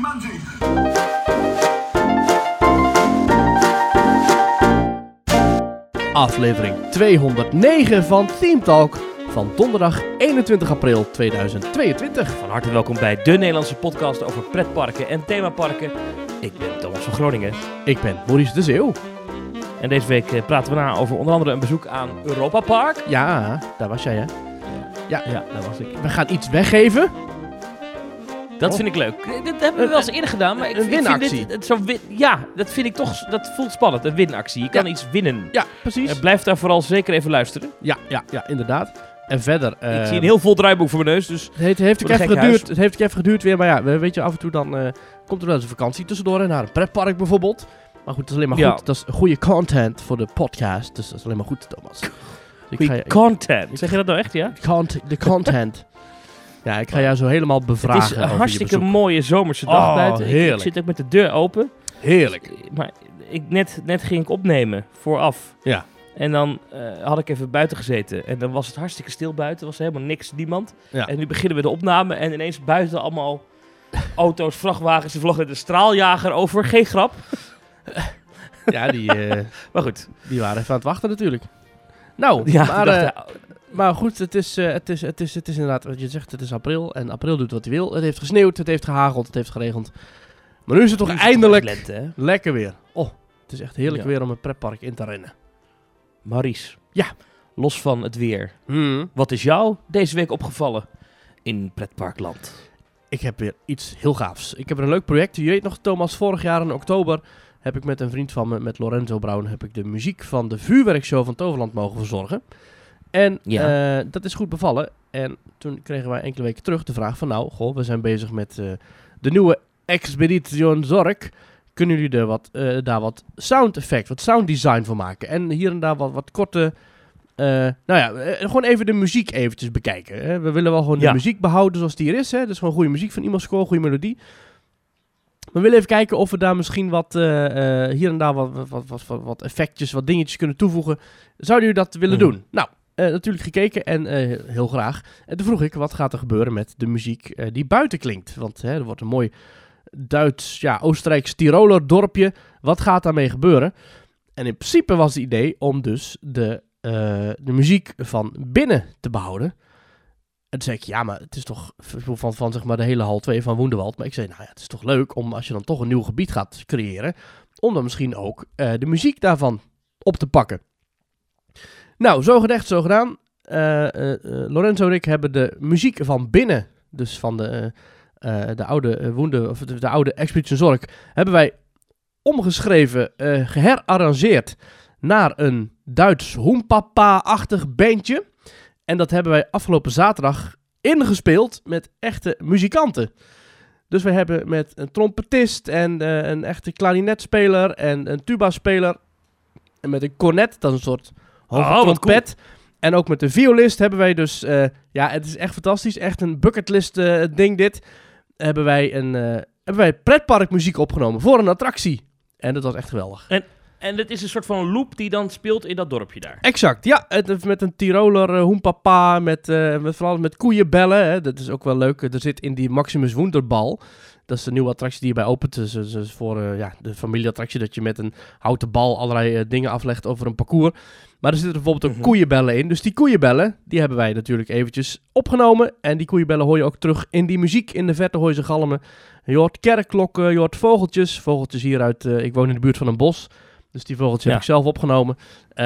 Jumanji. Aflevering 209 van Team Talk van donderdag 21 april 2022. Van harte welkom bij de Nederlandse podcast over pretparken en themaparken. Ik ben Thomas van Groningen. Ik ben Maurice de Zeeuw. En deze week praten we na over onder andere een bezoek aan Europa Park. Ja, daar was jij hè? Ja, daar was ik. We gaan iets weggeven. Dat vind ik leuk. Dit hebben we wel eens eerder gedaan, maar een winactie. Dat vind ik toch, dat voelt spannend, een winactie. Je kan iets winnen. Ja, precies. Blijf daar vooral zeker even luisteren. Ja, inderdaad. En verder... ik zie een heel vol draaiboek voor mijn neus, dus... Het heeft ook even geduurd weer, maar ja, weet je, af en toe dan komt er wel eens een vakantie tussendoor, naar een pretpark bijvoorbeeld. Maar goed, dat is alleen maar goed. Dat is goede content voor de podcast, dus dat is alleen maar goed, Thomas. Content. Zeg je dat nou echt, ja? De content. Ja, ik ga jou zo helemaal bevragen. Het is een hartstikke mooie zomerse dag buiten. Heerlijk. Ik zit ook met de deur open. Heerlijk. Maar net ging ik opnemen, vooraf. Ja. En dan had ik even buiten gezeten. En dan was het hartstikke stil buiten. Er was helemaal niks, niemand. Ja. En nu beginnen we de opname. En ineens buiten allemaal auto's, vrachtwagens. Er vloog net een straaljager over. Geen grap. Ja, maar goed. Die waren even aan het wachten natuurlijk. Nou, Ja, maar goed, het is inderdaad wat je zegt. Het is april en april doet wat hij wil. Het heeft gesneeuwd, het heeft gehageld, het heeft geregend. Maar nu is het toch eindelijk lente, hè? lekker weer. Oh, het is echt heerlijk weer om een pretpark in te rennen. Maurice. Ja. Los van het weer. Wat is jou deze week opgevallen in pretparkland? Ik heb weer iets heel gaafs. Ik heb een leuk project. Je weet nog, Thomas, vorig jaar in oktober heb ik met een vriend van me, met Lorenzo Brown, heb ik de muziek van de vuurwerkshow van Toverland mogen verzorgen. En dat is goed bevallen. En toen kregen wij enkele weken terug de vraag van, nou, goh, we zijn bezig met de nieuwe Expedition Zorg. Kunnen jullie daar wat sound effect, wat sound design voor maken? En hier en daar wat korte, gewoon even de muziek eventjes bekijken. Hè? We willen wel gewoon de muziek behouden zoals die er is. Hè? Dus gewoon goede muziek van iemands score, goede melodie. We willen even kijken of we daar misschien wat hier en daar wat effectjes, wat dingetjes kunnen toevoegen. Zouden jullie dat willen doen? Nou, natuurlijk gekeken en heel graag. En toen vroeg ik, wat gaat er gebeuren met de muziek die buiten klinkt? Want er wordt een mooi Duits, Oostenrijks-Tiroler dorpje. Wat gaat daarmee gebeuren? En in principe was het idee om dus de muziek van binnen te behouden. En toen zei ik, ja, maar het is toch van zeg maar de hele hal 2 van Woenderwald. Maar ik zei, nou ja, het is toch leuk om als je dan toch een nieuw gebied gaat creëren, om dan misschien ook de muziek daarvan op te pakken. Nou, zo gezegd, zo gedaan. Lorenzo en ik hebben de muziek van binnen, dus van de oude Expedition Zorg, hebben wij omgeschreven, geherarrangeerd naar een Duits hoempapa-achtig bandje. En dat hebben wij afgelopen zaterdag ingespeeld met echte muzikanten. Dus we hebben met een trompetist en een echte klarinetspeler en een tuba-speler. En met een cornet, dat is een soort hoge trompet. Cool. En ook met de violist hebben wij dus... het is echt fantastisch. Echt een bucketlist ding dit. Hebben wij pretparkmuziek opgenomen voor een attractie. En dat was echt geweldig. En het is een soort van loop die dan speelt in dat dorpje daar. Exact, ja. Met een Tiroler hoempapa, vooral met koeienbellen. Hè. Dat is ook wel leuk. Er zit in die Maximus Wunderbal. Dat is de nieuwe attractie die hierbij opent. Dus voor de familieattractie dat je met een houten bal allerlei dingen aflegt over een parcours. Maar er zitten bijvoorbeeld ook koeienbellen in. Dus die koeienbellen, die hebben wij natuurlijk eventjes opgenomen. En die koeienbellen hoor je ook terug in die muziek. In de verte hoor je ze galmen. Je hoort kerkklokken, je hoort vogeltjes. Vogeltjes hieruit, ik woon in de buurt van een bos. Dus die vogeltjes heb ik zelf opgenomen.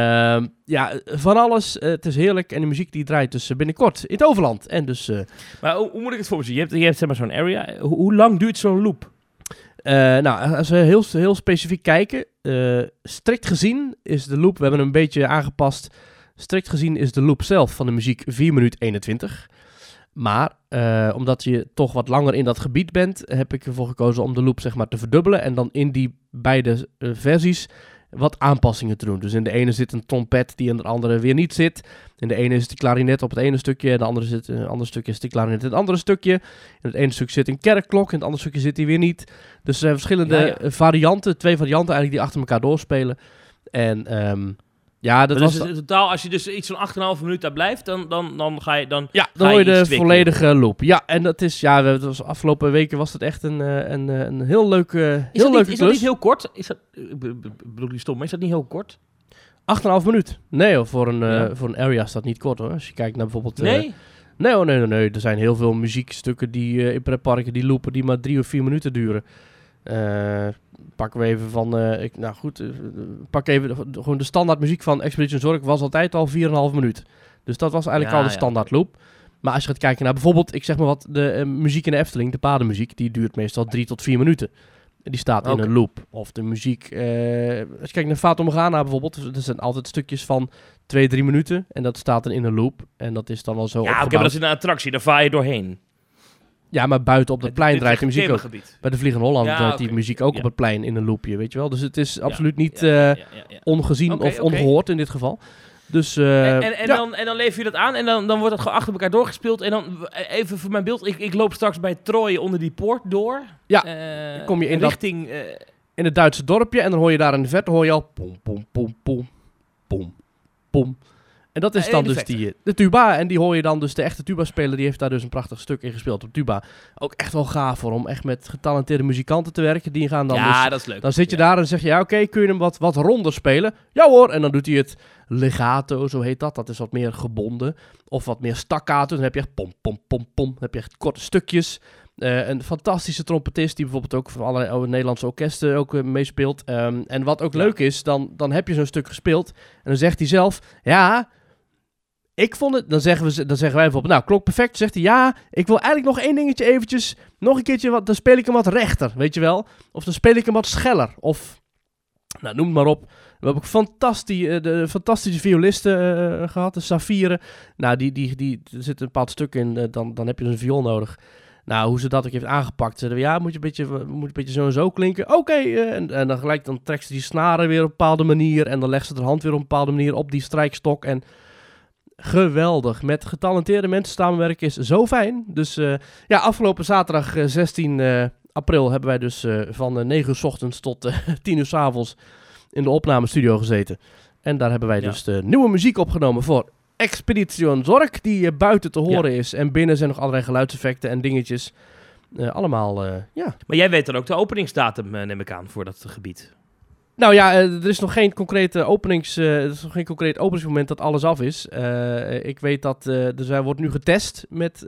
Van alles. Het is heerlijk. En de muziek die draait dus binnenkort in het Overland. En dus... Maar hoe moet ik het voor me zien? Je hebt zeg maar zo'n area. Hoe lang duurt zo'n loop? Als we heel specifiek kijken. Strikt gezien is de loop... We hebben hem een beetje aangepast. Strikt gezien is de loop zelf van de muziek 4 minuten 21. Maar omdat je toch wat langer in dat gebied bent, heb ik ervoor gekozen om de loop zeg maar te verdubbelen. En dan in die beide versies wat aanpassingen te doen. Dus in de ene zit een trompet die in de andere weer niet zit. In de ene is de klarinet op het ene stukje. In de andere stukje is de klarinet in het andere stukje. In het ene stuk zit een kerkklok. In het andere stukje zit die weer niet. Dus er zijn verschillende varianten. 2 varianten eigenlijk die achter elkaar doorspelen. En Ja, dat was... Dus in totaal, als je dus iets van 8,5 minuut daar blijft, dan ga je... Dan hoor je de volledige loop. Ja, en dat is... Ja, het was afgelopen weken was het echt een heel leuke klus. Is dat niet heel kort? Ik bedoel niet stom, maar is dat niet heel kort? 8,5 minuut. Nee hoor, voor een area is dat niet kort hoor. Als je kijkt naar bijvoorbeeld... Nee? Nee. Er zijn heel veel muziekstukken die in pretparken die lopen die maar 3 of 4 minuten duren. Pakken we even van... pak even gewoon de standaard muziek van Expedition Zork was altijd al 4,5 minuut. Dus dat was eigenlijk al de standaard loop. Maar als je gaat kijken naar bijvoorbeeld, ik zeg maar wat, de muziek in de Efteling, de padenmuziek, die duurt meestal 3 tot 4 minuten. Die staat in een loop. Of de muziek... als je kijkt naar Fata Morgana bijvoorbeeld, er zijn altijd stukjes van 2-3 minuten. En dat staat dan in een loop. En dat is dan al zo opgebouwd. Maar dat is een attractie, daar vaar je doorheen. Ja, maar buiten op het plein draait de muziek ook. Bij de Vliegende Holland draait die muziek ook op het plein in een loopje, weet je wel. Dus het is absoluut niet ongezien of ongehoord in dit geval. Dus, en dan lever je dat aan en dan wordt het gewoon achter elkaar doorgespeeld. En dan, even voor mijn beeld, ik loop straks bij Troy onder die poort door. Ja, kom je in richting... in het Duitse dorpje en dan hoor je daar in de verte hoor je al pom, pom, pom, pom, pom, pom. En dat is dan dus de tuba. En die hoor je dan dus, de echte tuba-speler, die heeft daar dus een prachtig stuk in gespeeld op tuba. Ook echt wel gaaf hoor, om echt met getalenteerde muzikanten te werken. Die gaan dan dat is leuk. Dan zit je daar en zeg je, oké, kun je hem wat ronder spelen? Ja hoor, en dan doet hij het legato, zo heet dat. Dat is wat meer gebonden. Of wat meer staccato. Dan heb je echt pom, pom, pom, pom. Dan heb je echt korte stukjes. Een fantastische trompetist die bijvoorbeeld ook van allerlei Nederlandse orkesten ook meespeelt. En wat ook leuk is, dan heb je zo'n stuk gespeeld. En dan zegt hij zelf, ja... Ik vond het, dan zeggen wij bijvoorbeeld, nou, klonk perfect. Zegt hij, ja, ik wil eigenlijk nog één dingetje eventjes, nog een keertje, dan speel ik hem wat rechter, weet je wel. Of dan speel ik hem wat scheller. Of, nou, noem het maar op. We hebben ook fantastische violisten gehad, de Safire. Nou, er zit een bepaald stuk in, dan heb je dus een viool nodig. Nou, hoe ze dat ook heeft aangepakt. Zeiden we, ja, moet een beetje zo en zo klinken. Oké, en dan gelijk, dan trekt ze die snaren weer op een bepaalde manier. En dan legt ze de hand weer op een bepaalde manier op die strijkstok. En geweldig. Met getalenteerde mensen samenwerken is zo fijn. Dus afgelopen zaterdag 16 april hebben wij dus van 9 uur 's ochtends tot 10 uur 's avonds in de opnamestudio gezeten. En daar hebben wij dus de nieuwe muziek opgenomen voor Expedition Zork, die buiten te horen is. En binnen zijn nog allerlei geluidseffecten en dingetjes. Allemaal. Maar jij weet dan ook de openingsdatum, neem ik aan, voor dat gebied. Nou ja, er is nog geen concrete openingsmoment dat alles af is. Ik weet dat er wordt nu getest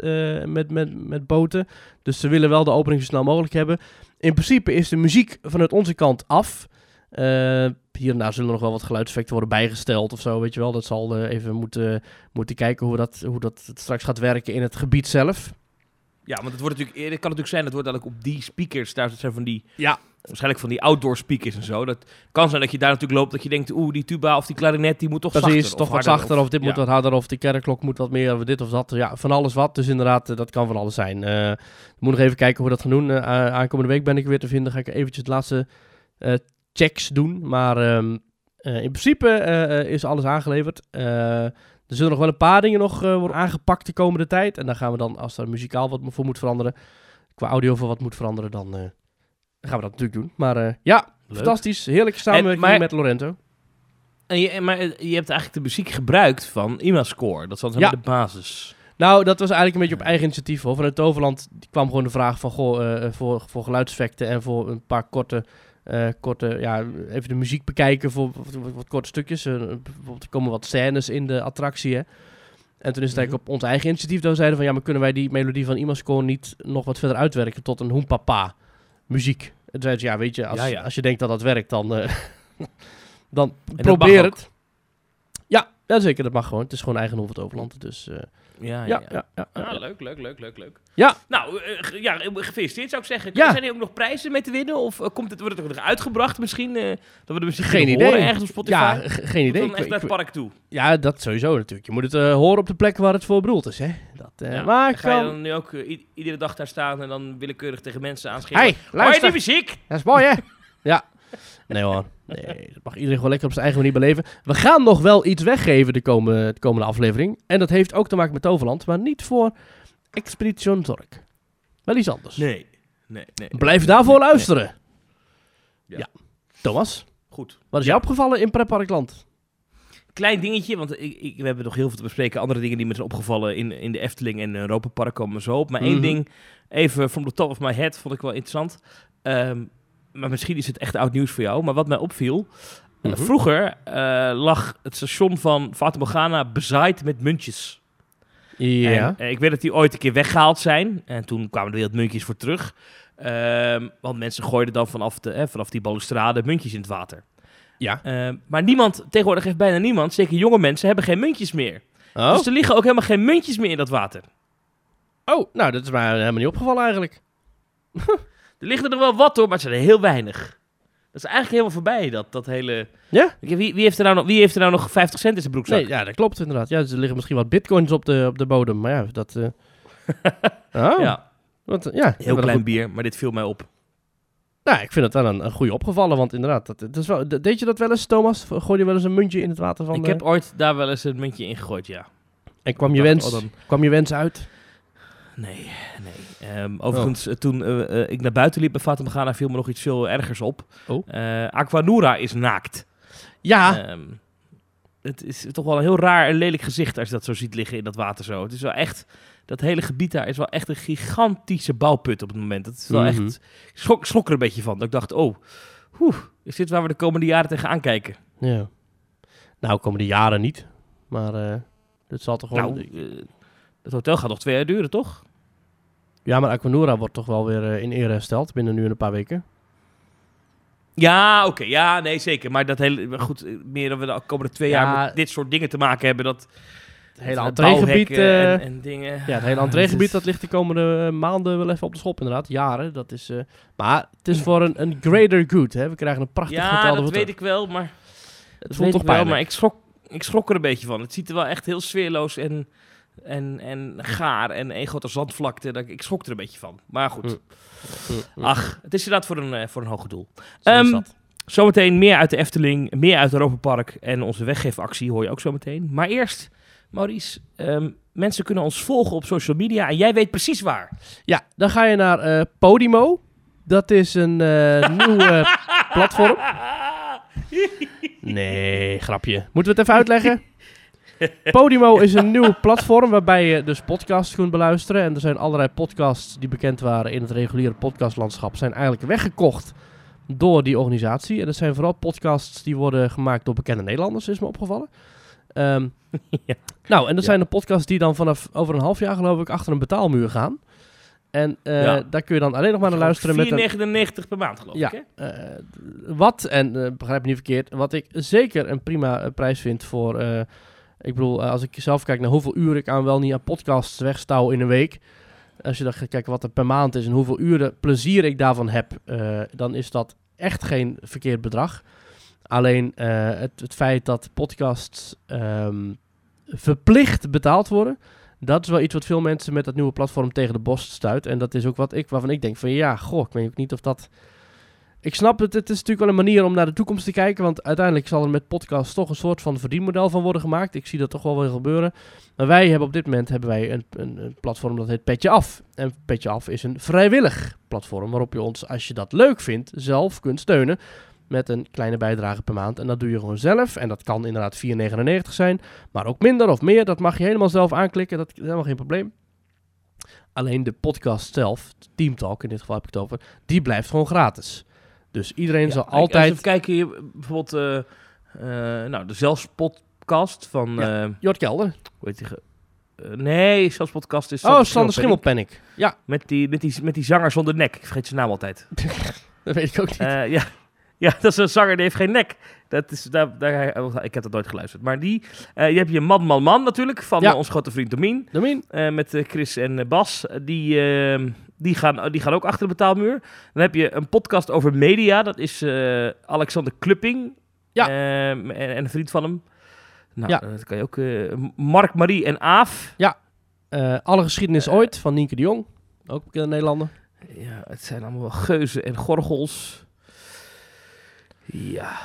met boten. Dus ze willen wel de opening zo snel mogelijk hebben. In principe is de muziek vanuit onze kant af. Hier en daar zullen nog wel wat geluidseffecten worden bijgesteld of zo, weet je wel. Dat zal even moeten kijken hoe dat straks gaat werken in het gebied zelf. Ja, want het kan natuurlijk zijn, dat wordt eigenlijk op die speakers, daar zijn van die... Ja. Waarschijnlijk van die outdoor speakers en zo. Dat kan zijn dat je daar natuurlijk loopt, dat je denkt, die tuba of die klarinet, die moet toch zachter. Precies, toch wat zachter, of dit moet wat harder, of die kerkklok moet wat meer, of dit of dat. Ja, van alles wat. Dus inderdaad, dat kan van alles zijn. Moet nog even kijken hoe we dat gaan doen. Aankomende week ben ik weer te vinden. Ga ik eventjes de laatste checks doen. Maar in principe is alles aangeleverd. Er zullen nog wel een paar dingen worden aangepakt de komende tijd. En dan gaan we dan, als er muzikaal wat voor moet veranderen, qua audio voor wat moet veranderen, dan gaan we dat natuurlijk doen. Maar leuk. Fantastisch. Heerlijke samenwerking met Lorento. Maar je hebt eigenlijk de muziek gebruikt van IMAscore. Dat was de basis. Nou, dat was eigenlijk een beetje op eigen initiatief. Hoor. Vanuit Toverland kwam gewoon de vraag van, voor geluidseffecten en voor een paar korte, even de muziek bekijken voor wat korte stukjes. Bijvoorbeeld, er komen wat scènes in de attractie, hè. En toen is het eigenlijk op ons eigen initiatief dat we zeiden van, maar kunnen wij die melodie van IMAscore niet nog wat verder uitwerken tot een Hoempapa muziek? En toen zei ze, weet je, als je denkt dat dat werkt, dan, dan probeer het. Ja, zeker, dat mag gewoon. Het is gewoon eigen Hof Overland, dus... Leuk. Ja. Nou, gefeliciteerd zou ik zeggen. Zijn er ook nog prijzen mee te winnen? Of wordt het ook nog uitgebracht misschien? Dat we de muziek geen idee. Horen ergens op Spotify? Ja, geen idee. Dan echt naar het park toe? Ja, dat sowieso natuurlijk. Je moet het horen op de plek waar het voor bedoeld is, hè. Maar ga je dan nu ook iedere dag daar staan en dan willekeurig tegen mensen aanschrijven? Hey, luister. Hoor je die muziek? Dat is mooi, hè? Ja. Nee hoor. Nee, dat mag iedereen gewoon lekker op zijn eigen manier beleven. We gaan nog wel iets weggeven de komende aflevering. En dat heeft ook te maken met Toverland, maar niet voor Expedition Zork. Wel iets anders. Nee. Blijf daarvoor luisteren. Ja. Thomas? Goed. Wat is jou opgevallen in Pretparkland? klein dingetje, want we hebben nog heel veel te bespreken. Andere dingen die me zijn opgevallen in de Efteling en Europa Park komen zo op. Maar één ding, even from the top of my head, vond ik wel interessant. Maar misschien is het echt oud nieuws voor jou. Maar wat mij opviel, vroeger lag het station van Fata Morgana bezaaid met muntjes. Ja. En ik weet dat die ooit een keer weggehaald zijn. En toen kwamen er weer wat muntjes voor terug. Want mensen gooiden dan vanaf die balustrade muntjes in het water. Ja. Maar tegenwoordig heeft bijna niemand, zeker jonge mensen, hebben geen muntjes meer. Oh. Dus er liggen ook helemaal geen muntjes meer in dat water. Oh, nou, dat is mij helemaal niet opgevallen eigenlijk. Er liggen er wel wat hoor, maar het zijn er heel weinig. Dat is eigenlijk helemaal voorbij, dat hele... Ja? Wie heeft er nou nog 50 cent in zijn broekzak? Nee, ja, dat klopt inderdaad. Ja, dus er liggen misschien wat bitcoins op de bodem, maar ja, dat... Oh. Ja. Ja, Heel klein bier, maar dit viel mij op. Nou, ik vind het wel een goede opgevallen, want inderdaad, dat is wel, deed je dat wel eens, Thomas? Gooi je wel eens een muntje in het water van... Ik heb ooit daar wel eens een muntje in gegooid, ja. En kwam je wens uit? Nee. Overigens, toen ik naar buiten liep bij Fata Morgana, viel me nog iets veel ergers op. Aquanura is naakt. Ja. Het is toch wel een heel raar en lelijk gezicht als je dat zo ziet liggen in dat water zo. Het is wel echt... Dat hele gebied daar is wel echt een gigantische bouwput op het moment. Dat is wel echt... Ik schrok er een beetje van. Dat ik dacht, is dit waar we de komende jaren tegenaan kijken? Ja. Nou, komende jaren niet. Maar dit zal toch gewoon... Het hotel gaat nog 2 jaar duren, toch? Ja, maar Aquanura wordt toch wel weer in ere hersteld binnen nu een paar weken. Ja, oké. Ja, nee, zeker. Maar dat hele... Goed, meer dan we de komende 2 jaar met dit soort dingen te maken hebben, dat... Het hele entreegebied en dingen. Ja, het hele entreegebied dat ligt de komende maanden wel even op de schop inderdaad. Jaren, dat is... maar het is voor een greater good, hè. We krijgen een prachtig hotel. Ja, dat weet ik wel, maar... Het voelt toch pijnlijk. Maar ik schrok er een beetje van. Het ziet er wel echt heel sfeerloos en gaar en een grote zandvlakte. Ik schrok er een beetje van. Maar goed. Ach, het is inderdaad voor een hoger doel. Zometeen meer uit de Efteling, meer uit Europa Park en onze weggeefactie hoor je ook zo meteen. Maar eerst... Maurice, mensen kunnen ons volgen op social media en jij weet precies waar. Ja, dan ga je naar Podimo. Dat is een nieuw platform. Nee, grapje. Moeten we het even uitleggen? Podimo is een nieuw platform waarbij je dus podcasts kunt beluisteren. En er zijn allerlei podcasts die bekend waren in het reguliere podcastlandschap, zijn eigenlijk weggekocht door die organisatie. En dat zijn vooral podcasts die worden gemaakt door bekende Nederlanders, is me opgevallen. Ja. Nou, en dat zijn de podcasts die dan vanaf over een half jaar, geloof ik, achter een betaalmuur gaan. En daar kun je dan alleen nog maar naar luisteren. $4,99 per maand, geloof ik, hè? Begrijp me niet verkeerd, wat ik zeker een prima prijs vind voor... ik bedoel, als ik zelf kijk naar hoeveel uur ik wel niet aan podcasts wegstouw in een week. Als je dan gaat kijken wat er per maand is en hoeveel uren plezier ik daarvan heb, dan is dat echt geen verkeerd bedrag. Alleen het feit dat podcasts verplicht betaald worden, dat is wel iets wat veel mensen met dat nieuwe platform tegen de borst stuit. En dat is ook waarvan ik denk van ik weet ook niet of dat... Ik snap het is natuurlijk wel een manier om naar de toekomst te kijken, want uiteindelijk zal er met podcasts toch een soort van verdienmodel van worden gemaakt. Ik zie dat toch wel weer gebeuren. Maar wij hebben op dit moment een platform dat heet Petje Af. En Petje Af is een vrijwillig platform waarop je ons, als je dat leuk vindt, zelf kunt steunen. Met een kleine bijdrage per maand. En dat doe je gewoon zelf. En dat kan inderdaad $4,99 zijn. Maar ook minder of meer. Dat mag je helemaal zelf aanklikken. Dat is helemaal geen probleem. Alleen de podcast zelf, Team Talk in dit geval heb ik het over, die blijft gewoon gratis. Dus iedereen zal altijd... Even kijken hier, bijvoorbeeld de Zelfs-podcast van... Jort Kelder. Hoe heet die? Nee, Zelfs-podcast is... Sander Schimmelpenninck. Ja. Met die zanger zonder nek. Ik vergeet zijn naam altijd. Dat weet ik ook niet. Ja, dat is een zanger die heeft geen nek. Dat is, ik heb dat nooit geluisterd. Maar je hebt je Man natuurlijk, van ons grote vriend Domien. Met Chris en Bas. Die gaan ook achter de betaalmuur. Dan heb je een podcast over media. Dat is Alexander Klupping. Ja. En een vriend van hem. Nou, dat kan je ook... Mark, Marie en Aaf. Ja. Alle geschiedenis ooit, van Nienke de Jong. Ook bekende Nederlander. Ja, het zijn allemaal wel geuzen en gorgels. Ja.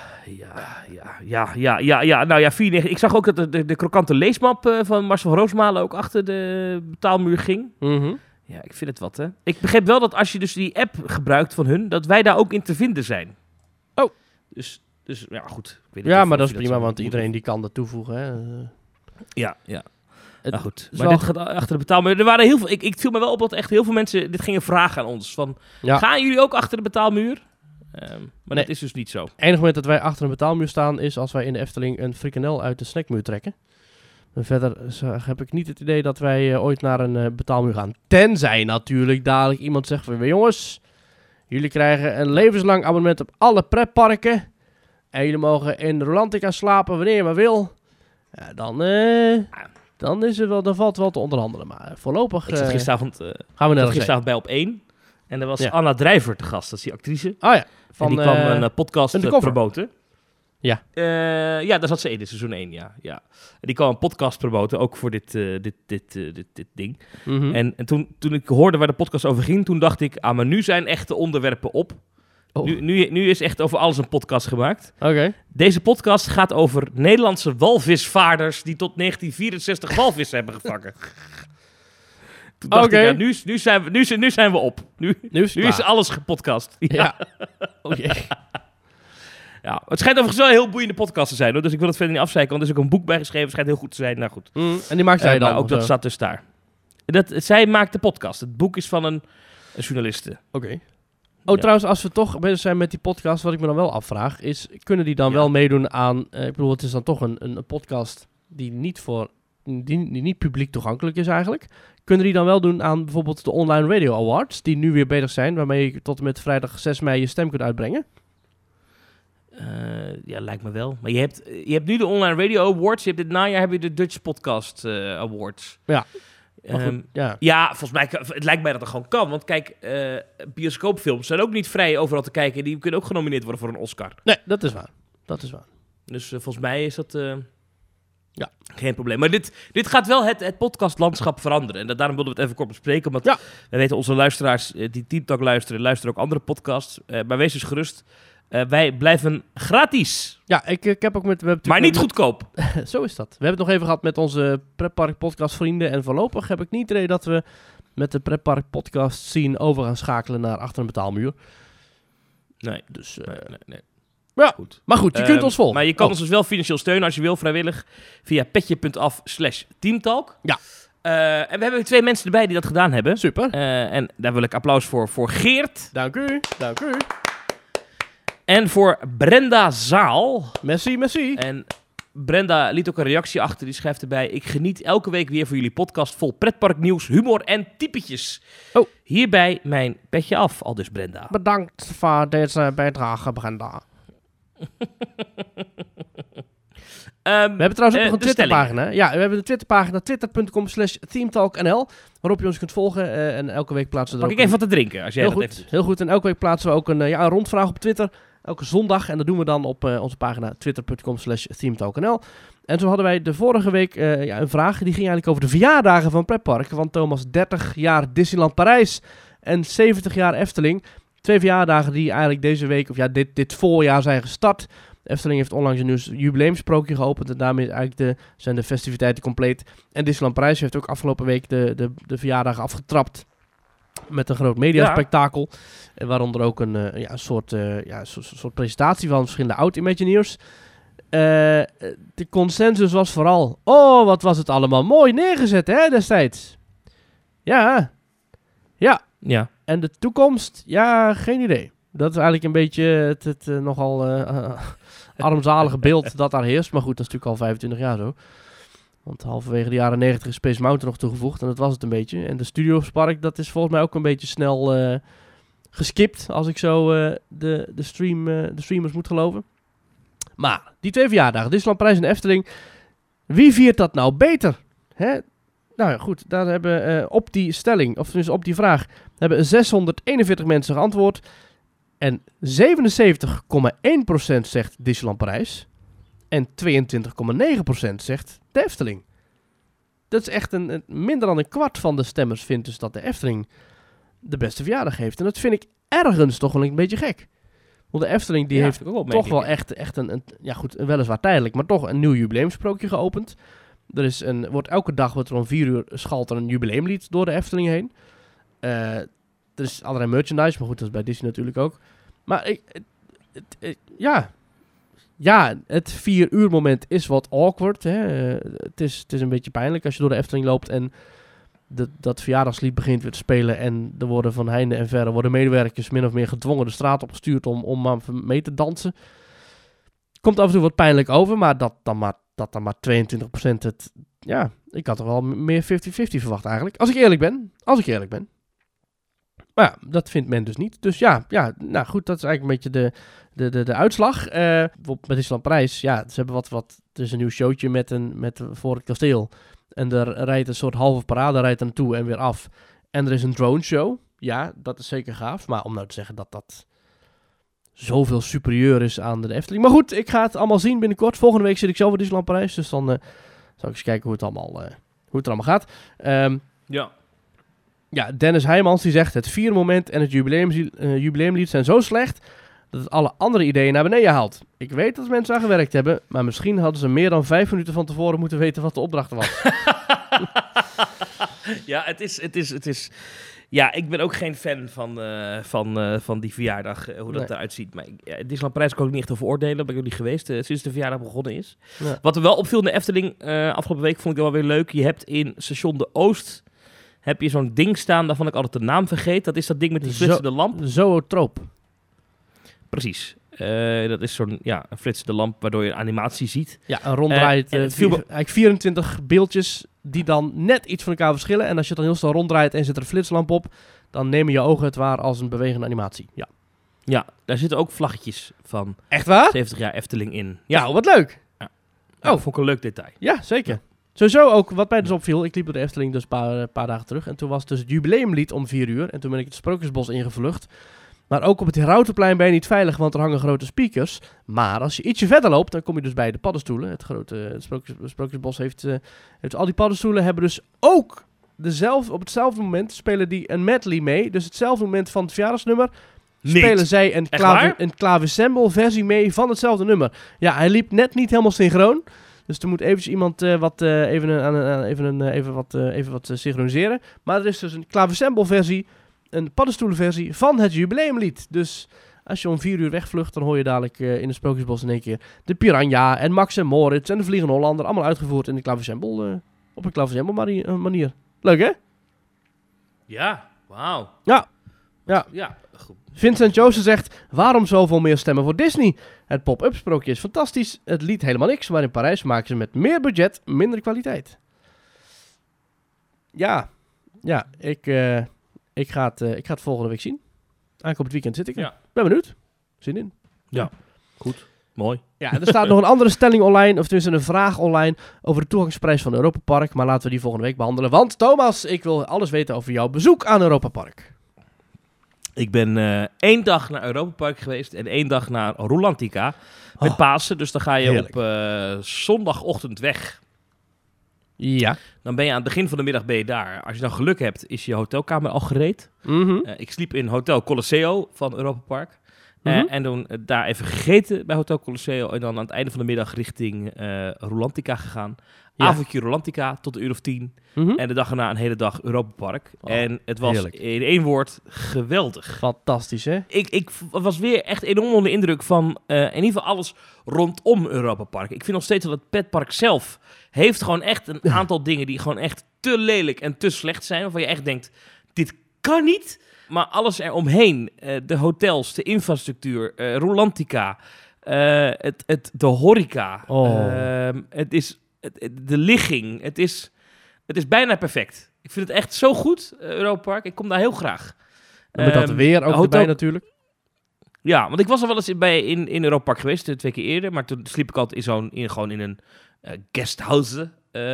Nou ja, 4,9. Ik zag ook dat de krokante leesmap van Marcel van Roosmalen ook achter de betaalmuur ging. Mm-hmm. Ja, ik vind het wat, hè. Ik begreep wel dat als je dus die app gebruikt van hun, dat wij daar ook in te vinden zijn. Oh. Dus Dus ja, goed. Ik weet niet maar dat is prima, want iedereen die kan dat toevoegen. Hè? Ja. Nou goed, maar dit gaat achter de betaalmuur. Er waren heel veel. Ik viel me wel op dat echt heel veel mensen dit gingen vragen aan ons. Van, gaan jullie ook achter de betaalmuur? Maar dat is dus niet zo. Het enige moment dat wij achter een betaalmuur staan is als wij in de Efteling een frikandel uit de snackmuur trekken. En verder heb ik niet het idee dat wij ooit naar een betaalmuur gaan. Tenzij natuurlijk dadelijk iemand zegt van, jongens, jullie krijgen een levenslang abonnement op alle pretparken. En jullie mogen in Rolantica slapen wanneer je maar wil. Ja, dan is er wel, dan valt wel te onderhandelen. Maar voorlopig ik zat gisteravond, gaan we naar gisteravond bij Op1. En er was Anna Drijver te gast, dat is die actrice. Oh ja. En die kwam een podcast promoten. Ja. Daar zat ze in seizoen 1, ja. En die kwam een podcast promoten, ook voor dit ding. Mm-hmm. En toen ik hoorde waar de podcast over ging, toen dacht ik, maar nu zijn echte onderwerpen op. Oh. Nu is echt over alles een podcast gemaakt. Okay. Deze podcast gaat over Nederlandse walvisvaarders die tot 1964 walvis hebben gevangen. Toen dacht ik, nu zijn we op. Nu is alles gepodcast. Ja. Okay. Ja, het schijnt overigens wel een heel boeiende podcast te zijn, hoor. Dus ik wil het verder niet afzeiken, want er is ook een boek bij geschreven. Het schijnt heel goed te zijn. Nou goed. En die maakt zij dan? Ook dat staat dus daar. Zij maakt de podcast. Het boek is van een journaliste. Oké. Trouwens, als we toch bezig zijn met die podcast, wat ik me dan wel afvraag, is, kunnen die dan wel meedoen aan... ik bedoel, het is dan toch een podcast die niet publiek toegankelijk is eigenlijk. Kunnen die dan wel doen aan bijvoorbeeld de Online Radio Awards, die nu weer bezig zijn, waarmee je tot en met vrijdag 6 mei je stem kunt uitbrengen? Lijkt me wel. Maar je hebt nu de Online Radio Awards, je hebt dit najaar heb je de Dutch Podcast Awards. Ja. Volgens mij, het lijkt mij dat het gewoon kan. Want kijk, bioscoopfilms zijn ook niet vrij overal te kijken. Die kunnen ook genomineerd worden voor een Oscar. Nee, dat is waar. Dus volgens mij is dat geen probleem. Maar dit gaat wel het podcastlandschap veranderen. En daarom wilden we het even kort bespreken. Want we weten, onze luisteraars die Team Talk luisteren ook andere podcasts. Maar wees dus gerust. Wij blijven gratis. Ja, ik heb ook maar niet goedkoop. Zo is dat. We hebben het nog even gehad met onze Pretpark podcast vrienden. En voorlopig heb ik niet het idee dat we met de Pretpark podcast scene over gaan schakelen naar achter een betaalmuur. Nee. Dus, nee. Ja, goed. Maar goed, je kunt ons volgen. Maar je kan ons dus wel financieel steunen als je wil, vrijwillig. Via petje.af/teamtalk. Ja. En we hebben 2 mensen erbij die dat gedaan hebben. Super. En daar wil ik applaus voor Geert. Dank u. En voor Brenda Zaal. Merci. En Brenda liet ook een reactie achter. Die schrijft erbij: ik geniet elke week weer voor jullie podcast vol pretparknieuws, humor en typetjes. Hierbij mijn petje af, aldus Brenda. Bedankt voor deze bijdrage, Brenda. We hebben trouwens ook nog een Twitterpagina. Ja, we hebben de Twitterpagina twitter.com/teamtalknl, waarop je ons kunt volgen. En elke week plaatsen we er ook... Pak ik even wat te drinken, als jij dat even doet. Heel goed. En elke week plaatsen we ook een rondvraag op Twitter. Elke zondag. En dat doen we dan op onze pagina twitter.com/teamtalknl. En zo hadden wij de vorige week een vraag. Die ging eigenlijk over de verjaardagen van pretparken. Want Thomas, 30 jaar Disneyland Parijs en 70 jaar Efteling. 2 verjaardagen die eigenlijk deze week, of dit voorjaar zijn gestart. De Efteling heeft onlangs een jubileumsprookje geopend. En daarmee eigenlijk zijn de festiviteiten compleet. En Disneyland Parijs heeft ook afgelopen week de verjaardagen afgetrapt. Met een groot mediaspectakel. En waaronder ook een soort presentatie van verschillende oud-Imagineers. De consensus was vooral... Oh, wat was het allemaal mooi neergezet, hè, destijds. Ja. En de toekomst? Ja, geen idee. Dat is eigenlijk een beetje het nogal armzalige beeld dat daar heerst. Maar goed, dat is natuurlijk al 25 jaar zo. Want halverwege de jaren 90 is Space Mountain nog toegevoegd. En dat was het een beetje. En de Studiospark, dat is volgens mij ook een beetje snel geskipt. Als ik zo de streamers moet geloven. Maar die 2 verjaardagen, Disneyland Parijs en Efteling. Wie viert dat nou beter? Hè? Nou ja, goed. Daar hebben op die stelling, of dus op die vraag, hebben 641 mensen geantwoord. En 77,1% zegt Disneyland Parijs. En 22,9% zegt de Efteling. Dat is echt minder dan een kwart van de stemmers vindt dus dat de Efteling de beste verjaardag heeft. En dat vind ik ergens toch wel een beetje gek. Want de Efteling die heeft toch wel echt een weliswaar tijdelijk, maar toch een nieuw jubileumsprookje geopend. Elke dag wordt er om 4 uur schalt er een jubileumlied door de Efteling heen. Er is allerlei merchandise, maar goed, dat is bij Disney natuurlijk ook. Maar ja, het 4 uur moment is wat awkward. Hè? Het is een beetje pijnlijk als je door de Efteling loopt en dat verjaardagslied begint weer te spelen. En er worden van heinde en verre worden medewerkers min of meer gedwongen de straat opgestuurd om maar mee te dansen. Komt af en toe wat pijnlijk over, maar dat dan maar 22% het... Ja, ik had er wel meer 50-50 verwacht eigenlijk. Als ik eerlijk ben. Maar ja, dat vindt men dus niet. Dus ja, nou goed, dat is eigenlijk een beetje de uitslag. Bijvoorbeeld met Disneyland Parijs, ja, ze hebben wat... Het is een nieuw showtje met voor het kasteel. En er rijdt een soort halve parade rijdt er naartoe en weer af. En er is een drone show. Ja, dat is zeker gaaf. Maar om nou te zeggen dat zoveel superieur is aan de Efteling. Maar goed, ik ga het allemaal zien binnenkort. Volgende week zit ik zelf in Disneyland Parijs. Dus dan zal ik eens kijken hoe het er allemaal gaat. Ja, Dennis Heijmans die zegt... Het 4 moment en het jubileumlied zijn zo slecht... dat het alle andere ideeën naar beneden haalt. Ik weet dat mensen aan gewerkt hebben... maar misschien hadden ze meer dan 5 minuten van tevoren moeten weten... wat de opdracht was. Ja, het is... Ja, ik ben ook geen fan van die verjaardag, hoe dat eruit ziet. Maar Disneyland Parijs kan ik niet echt over oordelen. Ben ik ook niet geweest sinds de verjaardag begonnen is. Ja. Wat er wel opviel in de Efteling afgelopen week, vond ik wel weer leuk. Je hebt in station de Oost heb je zo'n ding staan, daarvan ik altijd de naam vergeet. Dat is dat ding met die flitsende lamp. Zoetroop. Precies. Dat is zo'n een flitsende lamp waardoor je een animatie ziet. Ja, een ronddraait. Eigenlijk 24 beeldjes die dan net iets van elkaar verschillen. En als je dan heel snel ronddraait en zit er een flitslamp op, dan nemen je ogen het waar als een bewegende animatie. Ja. Ja, daar zitten ook vlaggetjes van. Echt waar? 70 jaar Efteling in. Ja, nou, wat leuk. Ja. Vond ik een leuk detail. Ja, zeker. Ja. Sowieso ook, wat mij dus opviel, ik liep door de Efteling dus een paar dagen terug. En toen was dus het jubileumlied om 4 uur. En toen ben ik het Sprookjesbos ingevlucht. Maar ook op het Herautenplein ben je niet veilig, want er hangen grote speakers. Maar als je ietsje verder loopt, dan kom je dus bij de paddenstoelen. Het Sprookjesbos heeft al die paddenstoelen, hebben dus ook op hetzelfde moment spelen die een medley mee. Dus hetzelfde moment van het verjaardagsnummer spelen zij een clavicembal versie mee van hetzelfde nummer. Ja, hij liep net niet helemaal synchroon. Dus er moet eventjes iemand even wat synchroniseren. Maar er is dus een clavicembal versie, een paddenstoelenversie van het jubileumlied. Dus als je om 4 uur wegvlucht, dan hoor je dadelijk in het Sprookjesbos in één keer de Piranha en Max en Moritz en de Vliegende Hollander allemaal uitgevoerd in de clavicembal, op een clavicembal manier. Leuk, hè? Ja, wauw. Ja. Goed. Vincent Joosten zegt, waarom zoveel meer stemmen voor Disney? Het pop-up sprookje is fantastisch, het lied helemaal niks, maar in Parijs maken ze met meer budget minder kwaliteit. Ja, ik ga het volgende week zien. Aankomend weekend zit ik er. Ja. Ben benieuwd. Zin in. Ja, goed. Mooi. Ja, er staat nog een andere stelling online, of tenminste een vraag online over de toegangsprijs van Europa Park, maar laten we die volgende week behandelen. Want Thomas, ik wil alles weten over jouw bezoek aan Europa Park. Ik ben 1 dag naar Europa Park geweest en 1 dag naar Rulantica met Pasen. Dus dan ga je heerlijk op zondagochtend weg. Ja. Dan ben je aan het begin van de middag daar. Als je dan geluk hebt, is je hotelkamer al gereed. Mm-hmm. Ik sliep in Hotel Colosseo van Europa Park. En toen daar even gegeten bij Hotel Colosseo. En dan aan het einde van de middag richting Rulantica gegaan. Ja. Avondje Rulantica tot 10:00. Mm-hmm. En de dag erna een hele dag Europa Park. En het was in 1 woord geweldig. Fantastisch, hè? Ik was weer echt enorm onder de indruk van in ieder geval alles rondom Europa Park. Ik vind nog steeds dat het petpark zelf heeft gewoon echt een aantal dingen die gewoon echt te lelijk en te slecht zijn. Waarvan je echt denkt, dit kan niet. Maar alles eromheen, de hotels, de infrastructuur, Rulantica, de horeca, het is de ligging. Het is bijna perfect. Ik vind het echt zo goed, Europa Park. Ik kom daar heel graag. Met dat weer ook erbij natuurlijk. Ja, want ik was al wel eens in Europa Park geweest, 2 keer eerder. Maar toen sliep ik altijd gewoon in een guesthouse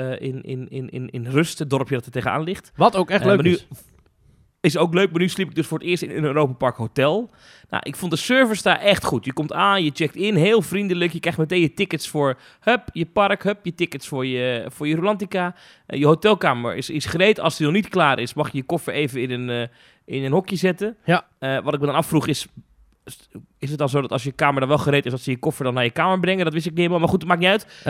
in Rust, het dorpje dat er tegenaan ligt. Wat ook echt leuk is. Is ook leuk, maar nu sliep ik dus voor het eerst in een Europa Park hotel. Nou, ik vond de service daar echt goed. Je komt aan, je checkt in, heel vriendelijk. Je krijgt meteen je tickets voor je park, je tickets voor je Rulantica. Je hotelkamer is gereed. Als die nog niet klaar is, mag je je koffer even in een hokje zetten. Ja. Wat ik me dan afvroeg is het dan zo dat als je kamer dan wel gereed is, dat ze je koffer dan naar je kamer brengen? Dat wist ik niet helemaal, maar goed, dat maakt niet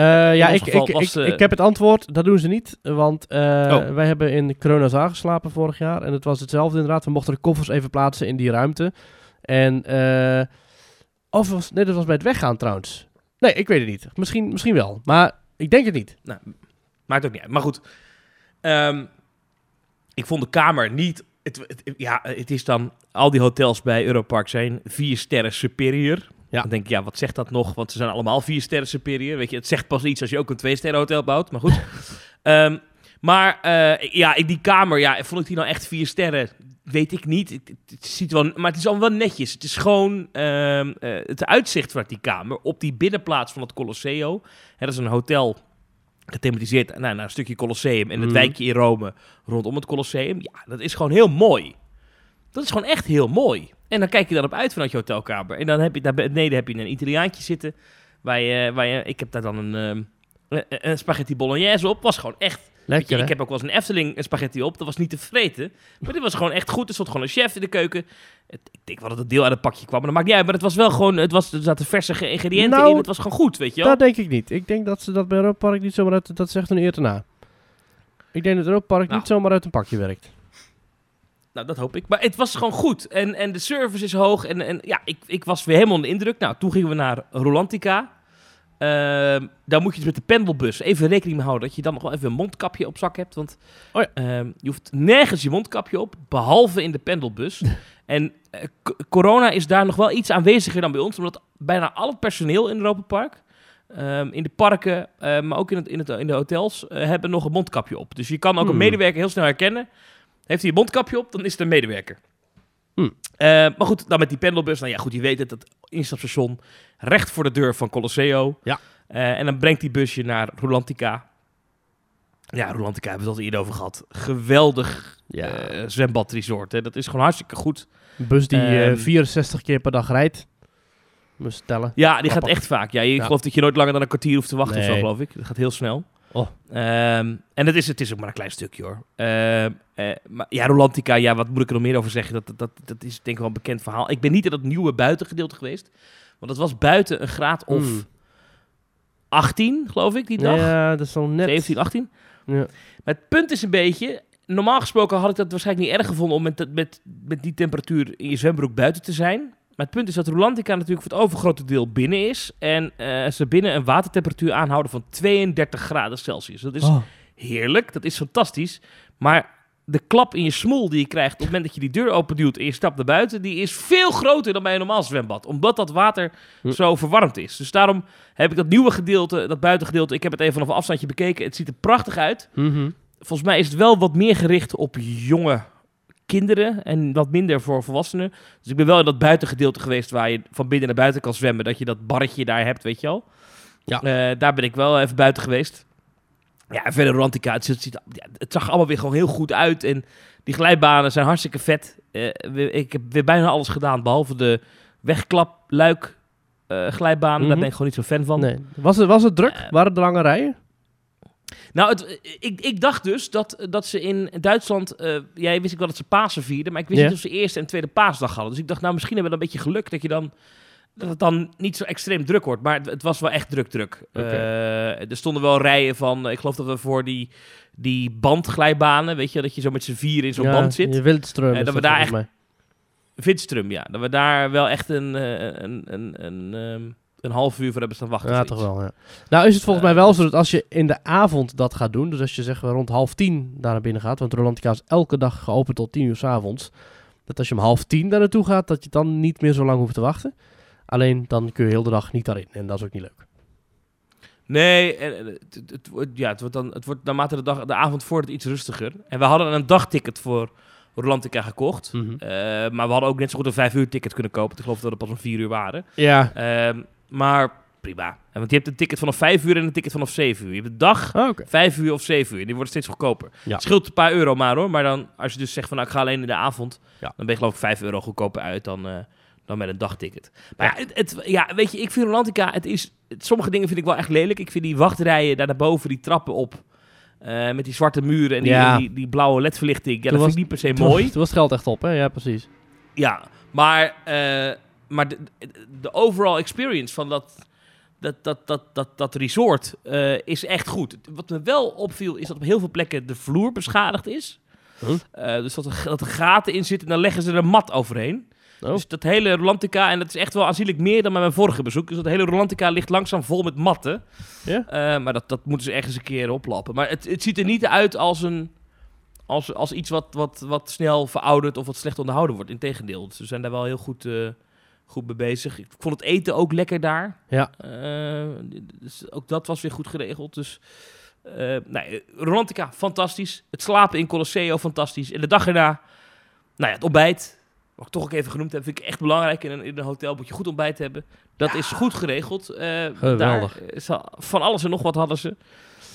uit. Ik heb het antwoord, dat doen ze niet, want wij hebben in Corona Zaal geslapen vorig jaar en het was hetzelfde inderdaad. We mochten de koffers even plaatsen in die ruimte. En dat was bij het weggaan trouwens. Nee, ik weet het niet. Misschien wel, maar ik denk het niet. Nou, maakt ook niet uit. Maar goed, ik vond de kamer niet... Het is dan... Al die hotels bij Europark zijn 4 sterren superior. Ja. Dan denk ik, wat zegt dat nog? Want ze zijn allemaal 4 sterren superior. Weet je, het zegt pas iets als je ook een 2-sterren hotel bouwt. Maar goed. Die kamer, vond ik die nou echt 4 sterren? Weet ik niet. Het ziet wel, maar het is allemaal wel netjes. Het is gewoon het uitzicht vanuit die kamer op die binnenplaats van het Colosseo. Dat is een hotel gethematiseerd naar een stukje Colosseum en het wijkje in Rome rondom het Colosseum. Ja, dat is gewoon heel mooi. Dat is gewoon echt heel mooi. En dan kijk je daarop uit vanuit je hotelkamer. En dan heb je daar beneden heb je een Italiaantje zitten. Ik heb daar dan een spaghetti bolognese op. Was gewoon echt... Lekker, ik heb ook wel eens een Efteling spaghetti op. Dat was niet te vreten. Maar dit was gewoon echt goed. Er stond gewoon een chef in de keuken. Ik denk wel dat het deel uit het pakje kwam. Maar dat maakt niet uit. Maar het was wel gewoon... Er zaten verse ingrediënten in. Het was gewoon goed, weet je wel. Dat denk ik niet. Ik denk dat ze dat bij Europark niet zomaar uit... Dat is echt een eer te na. Ik denk dat Europark niet zomaar uit een pakje werkt. Nou, dat hoop ik. Maar het was gewoon goed. En de service is hoog. Ik was weer helemaal onder de indruk. Nou, toen gingen we naar Rolantica. Daar moet je dus met de pendelbus even rekening mee houden dat je dan nog wel even een mondkapje op zak hebt. Want je hoeft nergens je mondkapje op, behalve in de pendelbus. En corona is daar nog wel iets aanweziger dan bij ons, omdat bijna al het personeel in Europa Park, in de parken, maar ook in de hotels, hebben nog een mondkapje op. Dus je kan ook een medewerker heel snel herkennen. Heeft hij een mondkapje op, dan is het een medewerker. Maar goed, dan met die pendelbus. Nou ja, goed, je weet het, dat instapstation recht voor de deur van Colosseo. Ja. En dan brengt die busje naar Rolantica. Ja, Rolantica hebben we het al eerder over gehad. Geweldig zwembadresort. Hè. Dat is gewoon hartstikke goed. Een bus die 64 keer per dag rijdt. Moet tellen. Ja, die gaat echt vaak. Ja, je gelooft dat je nooit langer dan een kwartier hoeft te wachten of zo, geloof ik. Dat gaat heel snel. Oh. En het is ook maar een klein stukje, hoor. Maar ja, Rolantica, wat moet ik er nog meer over zeggen? Dat is denk ik wel een bekend verhaal. Ik ben niet in dat nieuwe buitengedeelte geweest. Want het was buiten een graad of 18, geloof ik, die dag. Ja, dat is zo net. 17, 18. Ja. Maar het punt is een beetje... Normaal gesproken had ik dat waarschijnlijk niet erg gevonden om met die temperatuur in je zwembroek buiten te zijn. Maar het punt is dat Rolantica natuurlijk voor het overgrote deel binnen is. En ze binnen een watertemperatuur aanhouden van 32 graden Celsius. Dat is heerlijk, dat is fantastisch. Maar de klap in je smoel die je krijgt op het moment dat je die deur openduwt en je stapt naar buiten, die is veel groter dan bij een normaal zwembad. Omdat dat water zo verwarmd is. Dus daarom heb ik dat nieuwe gedeelte, dat buitengedeelte, ik heb het even vanaf een afstandje bekeken. Het ziet er prachtig uit. Mm-hmm. Volgens mij is het wel wat meer gericht op jonge kinderen en wat minder voor volwassenen. Dus ik ben wel in dat buitengedeelte geweest waar je van binnen naar buiten kan zwemmen. Dat je dat barretje daar hebt, weet je wel. Ja. Daar ben ik wel even buiten geweest. Ja, en verder Rolantica, het zag allemaal weer gewoon heel goed uit. En die glijbanen zijn hartstikke vet. Ik heb weer bijna alles gedaan, behalve de wegklapluik glijbanen. Daar ben ik gewoon niet zo fan van. Nee. Was het druk? Waren er lange rijen? Nou, ik dacht dus dat ze in Duitsland... wist ik wel dat ze Pasen vierden, maar ik wist niet of ze eerste en tweede paasdag hadden. Dus ik dacht, nou, misschien hebben we dan een beetje geluk dat het dan niet zo extreem druk wordt. Maar het was wel echt druk. Okay. Er stonden wel rijen van... Ik geloof dat we voor die bandglijbanen, weet je, dat je zo met z'n vier in zo'n band zit. Je Wildström. Dat we daar echt... Wildström, ja. Dat we daar wel echt een half uur voor hebben staan wachten. Ja, toch wel, ja. Nou is het volgens mij wel zo dat als je in de avond dat gaat doen, dus als je zeg rond 9:30 daar naar binnen gaat, want Rolantica is elke dag geopend tot 10:00 's avonds, dat als je om 9:30 daar naartoe gaat, dat je dan niet meer zo lang hoeft te wachten. Alleen dan kun je heel de dag niet daarin en dat is ook niet leuk. Nee, het wordt naarmate de avond voor het iets rustiger. En we hadden een dagticket voor Rolantica gekocht. Mm-hmm. Maar we hadden ook net zo goed een 5 uur ticket kunnen kopen. Ik geloof dat we pas om 4 uur waren. Ja. Maar prima. Want je hebt een ticket vanaf 5 uur en een ticket vanaf 7 uur. Je hebt een dag, 5 uur of 7 uur. En die worden steeds goedkoper. Ja. Het scheelt een paar euro maar, hoor. Maar dan, als je dus zegt van, nou, ik ga alleen in de avond, dan ben je geloof ik 5 euro goedkoper uit dan met een dagticket. Maar weet je, ik vind Rolantica, sommige dingen vind ik wel echt lelijk. Ik vind die wachtrijen daar boven, die trappen op, met die zwarte muren en die blauwe ledverlichting. Ja, dat vind ik niet per se mooi. Toen was het geld echt op, hè? Ja, precies. Ja, maar de overall experience van dat resort is echt goed. Wat me wel opviel is dat op heel veel plekken de vloer beschadigd is. Dus dat er gaten in zitten en dan leggen ze er een mat overheen. Dus dat hele Rolantica, en dat is echt wel aanzienlijk meer dan bij mijn vorige bezoek. Dus dat hele Rolantica ligt langzaam vol met matten. Ja? Maar dat moeten ze ergens een keer oplappen. Maar het ziet er niet uit als iets wat snel verouderd of wat slecht onderhouden wordt. Integendeel, ze zijn daar wel heel goed mee bezig. Ik vond het eten ook lekker daar. Ja. Dus ook dat was weer goed geregeld. Dus Rolantica, fantastisch. Het slapen in Colosseo, fantastisch. En de dag erna, het ontbijt, wat ik toch ook even genoemd heb, vind ik echt belangrijk. In een hotel moet je goed ontbijt hebben. Dat is goed geregeld. Geweldig. Van alles en nog wat hadden ze.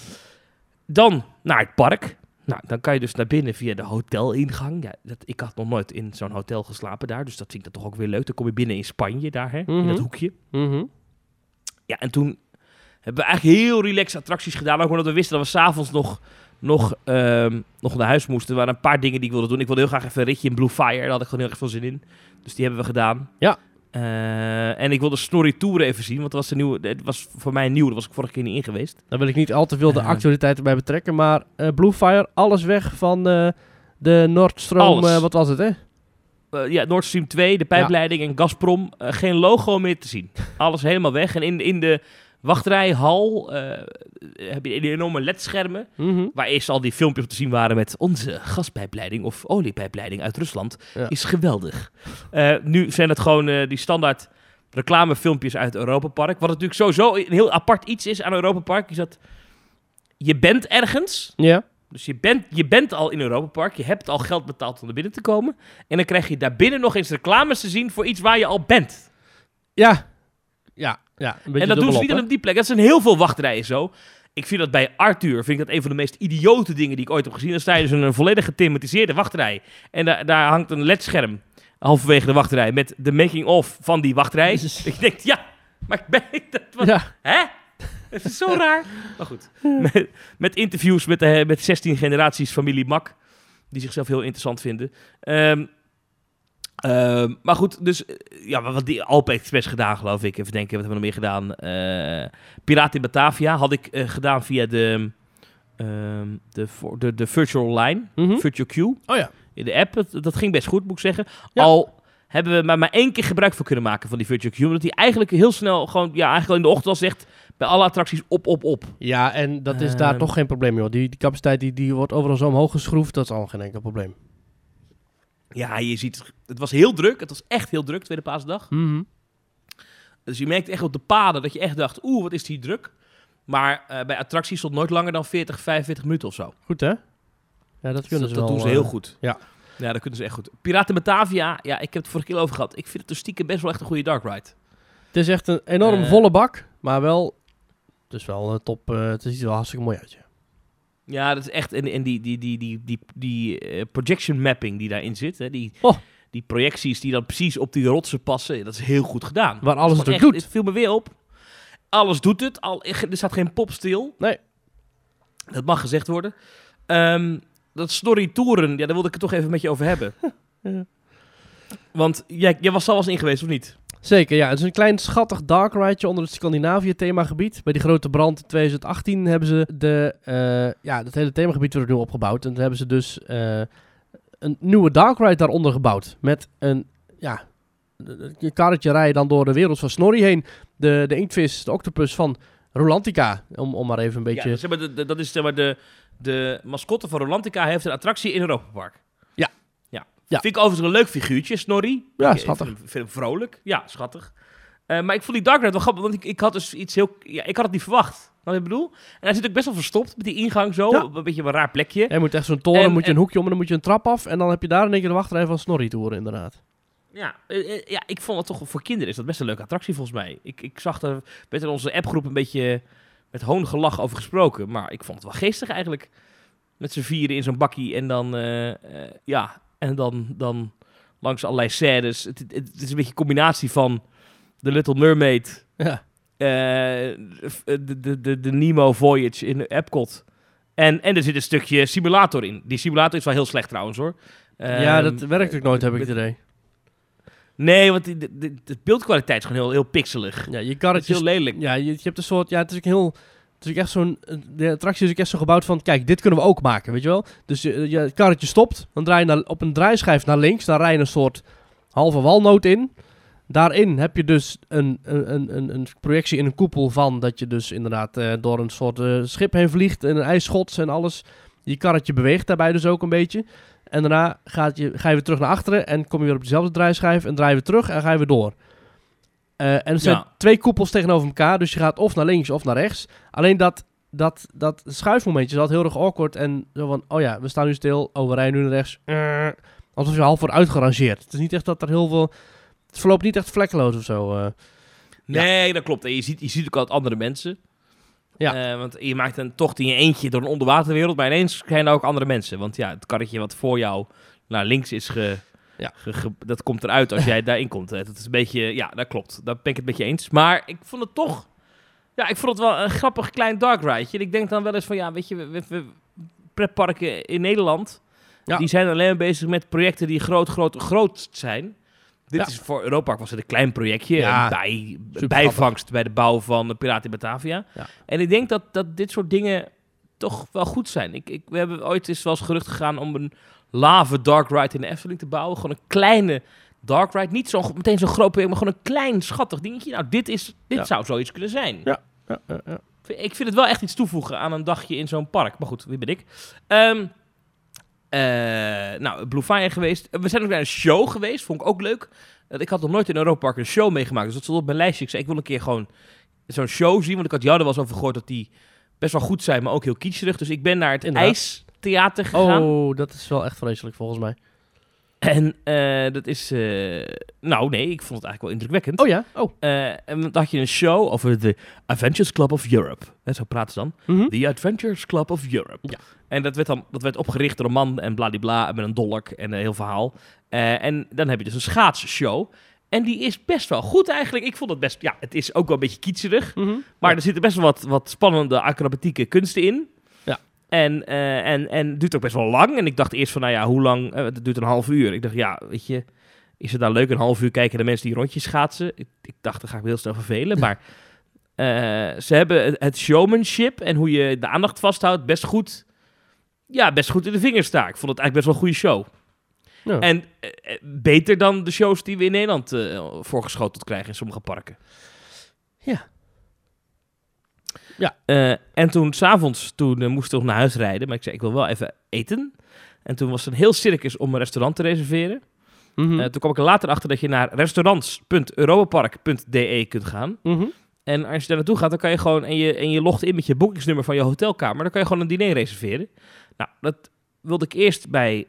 Dan naar het park. Nou, dan kan je dus naar binnen via de hotelingang. Ja, ik had nog nooit in zo'n hotel geslapen daar, dus dat vind ik dan toch ook weer leuk. Dan kom je binnen in Spanje daar, in dat hoekje. Mm-hmm. Ja, en toen hebben we eigenlijk heel relaxed attracties gedaan. Ook omdat we wisten dat we s'avonds nog naar huis moesten. Er waren een paar dingen die ik wilde doen. Ik wilde heel graag even een ritje in Blue Fire. Daar had ik gewoon heel erg veel zin in. Dus die hebben we gedaan. Ja. En ik wilde Snorri Tour even zien, want het was voor mij nieuw. Daar was ik vorige keer niet in geweest. Daar wil ik niet al te veel de actualiteiten bij betrekken. Maar Bluefire, alles weg van de Noordstroom, wat was het, hè? Nord Stream 2, de pijpleiding en Gazprom. Geen logo meer te zien. Alles helemaal weg. En in de wachtrijhal heb je die enorme LED-schermen. Mm-hmm. Waar eerst al die filmpjes te zien waren met onze gaspijpleiding of oliepijpleiding uit Rusland. Ja. Is geweldig. Nu zijn het gewoon die standaard reclamefilmpjes uit Europa Park. Wat natuurlijk sowieso een heel apart iets is aan Europa Park. Is dat je bent ergens. Ja. Dus je bent al in Europa Park. Je hebt al geld betaald om er binnen te komen. En dan krijg je daar binnen nog eens reclames te zien voor iets waar je al bent. Ja. Een beetje en dat doen ze niet op die plek. Dat zijn heel veel wachtrijen zo. Ik vind dat bij Arthur vind ik dat een van de meest idiote dingen die ik ooit heb gezien. Dan sta je dus in een volledig gethematiseerde wachtrij. En daar hangt een LED-scherm halverwege de wachtrij met de making-of van die wachtrij. Ik denk, maar hè? Het is zo raar. Maar goed. Met interviews met 16 generaties familie Mak. Die zichzelf heel interessant vinden. Maar goed, dus wat die Alpe Express gedaan, geloof ik. Even denken, wat hebben we nog meer gedaan? Piraten in Batavia had ik gedaan via de Virtual Line, Virtual Queue. Oh ja. In de app. Dat ging best goed, moet ik zeggen. Ja. Al hebben we maar één keer gebruik van kunnen maken van die Virtual Queue. Omdat die eigenlijk heel snel gewoon, eigenlijk al in de ochtend al zegt, bij alle attracties op. Ja, en dat is daar toch geen probleem, joh. Die capaciteit die wordt overal zo omhoog geschroefd, dat is al geen enkel probleem. Ja, je ziet, het was heel druk. Het was echt heel druk, tweede paasdag. Mm-hmm. Dus je merkt echt op de paden dat je echt dacht, wat is die druk. Maar bij attracties stond nooit langer dan 40, 45 minuten of zo. Goed, hè? Ja, dat kunnen ze wel. Dat doen ze heel goed. Ja, dat kunnen ze echt goed. Piraten Batavia, ik heb het vorige keer over gehad. Ik vind het dus stiekem best wel echt een goede dark ride. het is echt een enorm volle bak, maar wel, het is wel top. Het ziet er wel hartstikke mooi uit, ja. Ja, dat is echt, en die projection mapping die daarin zit, hè, die projecties die dan precies op die rotsen passen, dat is heel goed gedaan. Waar alles het doet. Het viel me weer op. Alles doet het. Er staat geen pop stil. Nee. Dat mag gezegd worden. Dat Snorri Toeren, daar wilde ik het toch even met je over hebben. Ja. Want jij was er al eens in geweest, of niet? Zeker, ja. Het is een klein schattig dark rideje onder het Scandinavië themagebied. Bij die grote brand in 2018 hebben ze dat hele themagebied wordt nu opgebouwd. En toen hebben ze dus een nieuwe dark ride daaronder gebouwd. Met een karretje rijden dan door de wereld van Snorri heen. De inktvis, de octopus van Rolantica. Om maar even een beetje... Ja, dat is de mascotte van Rolantica heeft een attractie in Europa Park. Ja. Vind ik overigens een leuk figuurtje, Snorri. Ja, schattig. Ik vind hem vrolijk. Ja, schattig. Maar ik vond die dark ride wel grappig, want ik had dus iets heel... Ja, ik had het niet verwacht. Wat ik bedoel? En hij zit ook best wel verstopt met die ingang zo. Ja. Een beetje een raar plekje. Je moet echt zo'n toren, moet je een hoekje om en dan moet je een trap af. En dan heb je daar in één keer de wachtrij van Snorri Tour, inderdaad. Ja, ik vond het toch voor kinderen is dat best een leuke attractie volgens mij. Ik zag er werd in onze appgroep een beetje met hoongelach over gesproken. Maar ik vond het wel geestig eigenlijk. Met z'n vieren in zo'n bakkie en dan... En dan langs allerlei scènes. Het is een beetje een combinatie van The Little Mermaid. Ja. De Nemo Voyage in Epcot. En er zit een stukje simulator in. Die simulator is wel heel slecht trouwens hoor. Dat werkt ook nooit, heb ik het idee. Nee, want de beeldkwaliteit is gewoon heel pixelig. Ja, je karretje is heel lelijk. Ja, je hebt een soort... Ja, het is ook heel... Het is ook echt de attractie is ook echt zo gebouwd van, kijk, dit kunnen we ook maken, weet je wel? Dus je karretje stopt, dan draai je op een draaischijf naar links, dan rij je een soort halve walnoot in. Daarin heb je dus een projectie in een koepel van dat je dus inderdaad door een soort schip heen vliegt en een ijsschots en alles. Je karretje beweegt daarbij dus ook een beetje. En daarna ga je weer terug naar achteren en kom je weer op dezelfde draaischijf en draai je weer terug en ga je weer door. En er zijn 2 koepels tegenover elkaar, dus je gaat of naar links of naar rechts. Alleen dat schuifmomentje is altijd heel erg awkward en zo van, oh ja, we staan nu stil, we rijden nu naar rechts. Alsof je half wordt uitgerangeerd. Het is niet echt dat er heel veel... Het verloopt niet echt vlekkeloos of zo. Nee, dat klopt. En je ziet ook altijd andere mensen. Ja. Want je maakt een tocht in je eentje door een onderwaterwereld, maar ineens zijn er ook andere mensen. Want ja, het karretje wat voor jou naar links is dat komt eruit als jij daarin komt. Het is een beetje... Ja, dat klopt. Daar ben ik het met je eens. Maar ik vond het toch... Ja, ik vond het wel een grappig klein dark rideje. En ik denk dan wel eens van, ja, weet je, we pretparken in Nederland, die zijn alleen maar bezig met projecten die groot zijn. Dit is voor Europark was het een klein projectje. Ja, bijvangst bij de bouw van Piraten in Batavia. Ja. En ik denk dat dit soort dingen toch wel goed zijn. We hebben ooit eens wel eens gerucht gegaan om een lave dark ride in de Efteling te bouwen. Gewoon een kleine dark ride. Niet meteen zo'n groot project, maar gewoon een klein schattig dingetje. Nou, dit zou zoiets kunnen zijn. Ja. Ik vind het wel echt iets toevoegen aan een dagje in zo'n park. Maar goed, wie ben ik? Blue Fire geweest. We zijn ook naar een show geweest. Vond ik ook leuk. Ik had nog nooit in Europark een show meegemaakt. Dus dat stond op mijn lijstje. Ik zei, ik wil een keer gewoon zo'n show zien. Want ik had jou er wel eens over gehoord dat die best wel goed zijn, maar ook heel kitscherig. Dus ik ben naar het IJstheater gegaan. Oh, dat is wel echt vreselijk volgens mij. En dat is... ik vond het eigenlijk wel indrukwekkend. Oh ja? En dan had je een show over de Adventures Club of Europe. Zo praten ze dan. Mm-hmm. The Adventures Club of Europe. Ja. En dat werd opgericht door een man en bladibla, met een dolk en een heel verhaal. En dan heb je dus een schaatsshow. En die is best wel goed eigenlijk. Ik vond het best... Ja, het is ook wel een beetje kitscherig. Mm-hmm. Maar er zitten best wel wat spannende acrobatieke kunsten in. En het duurt ook best wel lang. En ik dacht eerst van, hoe lang? Het duurt een half uur. Ik dacht, ja, weet je, is het nou leuk een half uur kijken naar mensen die rondjes schaatsen? Ik dacht, dan ga ik me heel snel vervelen. Maar ze hebben het showmanship en hoe je de aandacht vasthoudt best goed in de vingers staan. Ik vond het eigenlijk best wel een goede show. Ja. En beter dan de shows die we in Nederland voorgeschoteld krijgen in sommige parken. Ja. Ja. En toen s'avonds, moesten we nog naar huis rijden. Maar ik zei, ik wil wel even eten. En toen was het een heel circus om een restaurant te reserveren. Mm-hmm. Toen kwam ik er later achter dat je naar restaurants.europapark.de kunt gaan. Mm-hmm. En als je daar naartoe gaat, dan kan je gewoon... En je logt in met je boekingsnummer van je hotelkamer. Dan kan je gewoon een diner reserveren. Nou, dat wilde ik eerst bij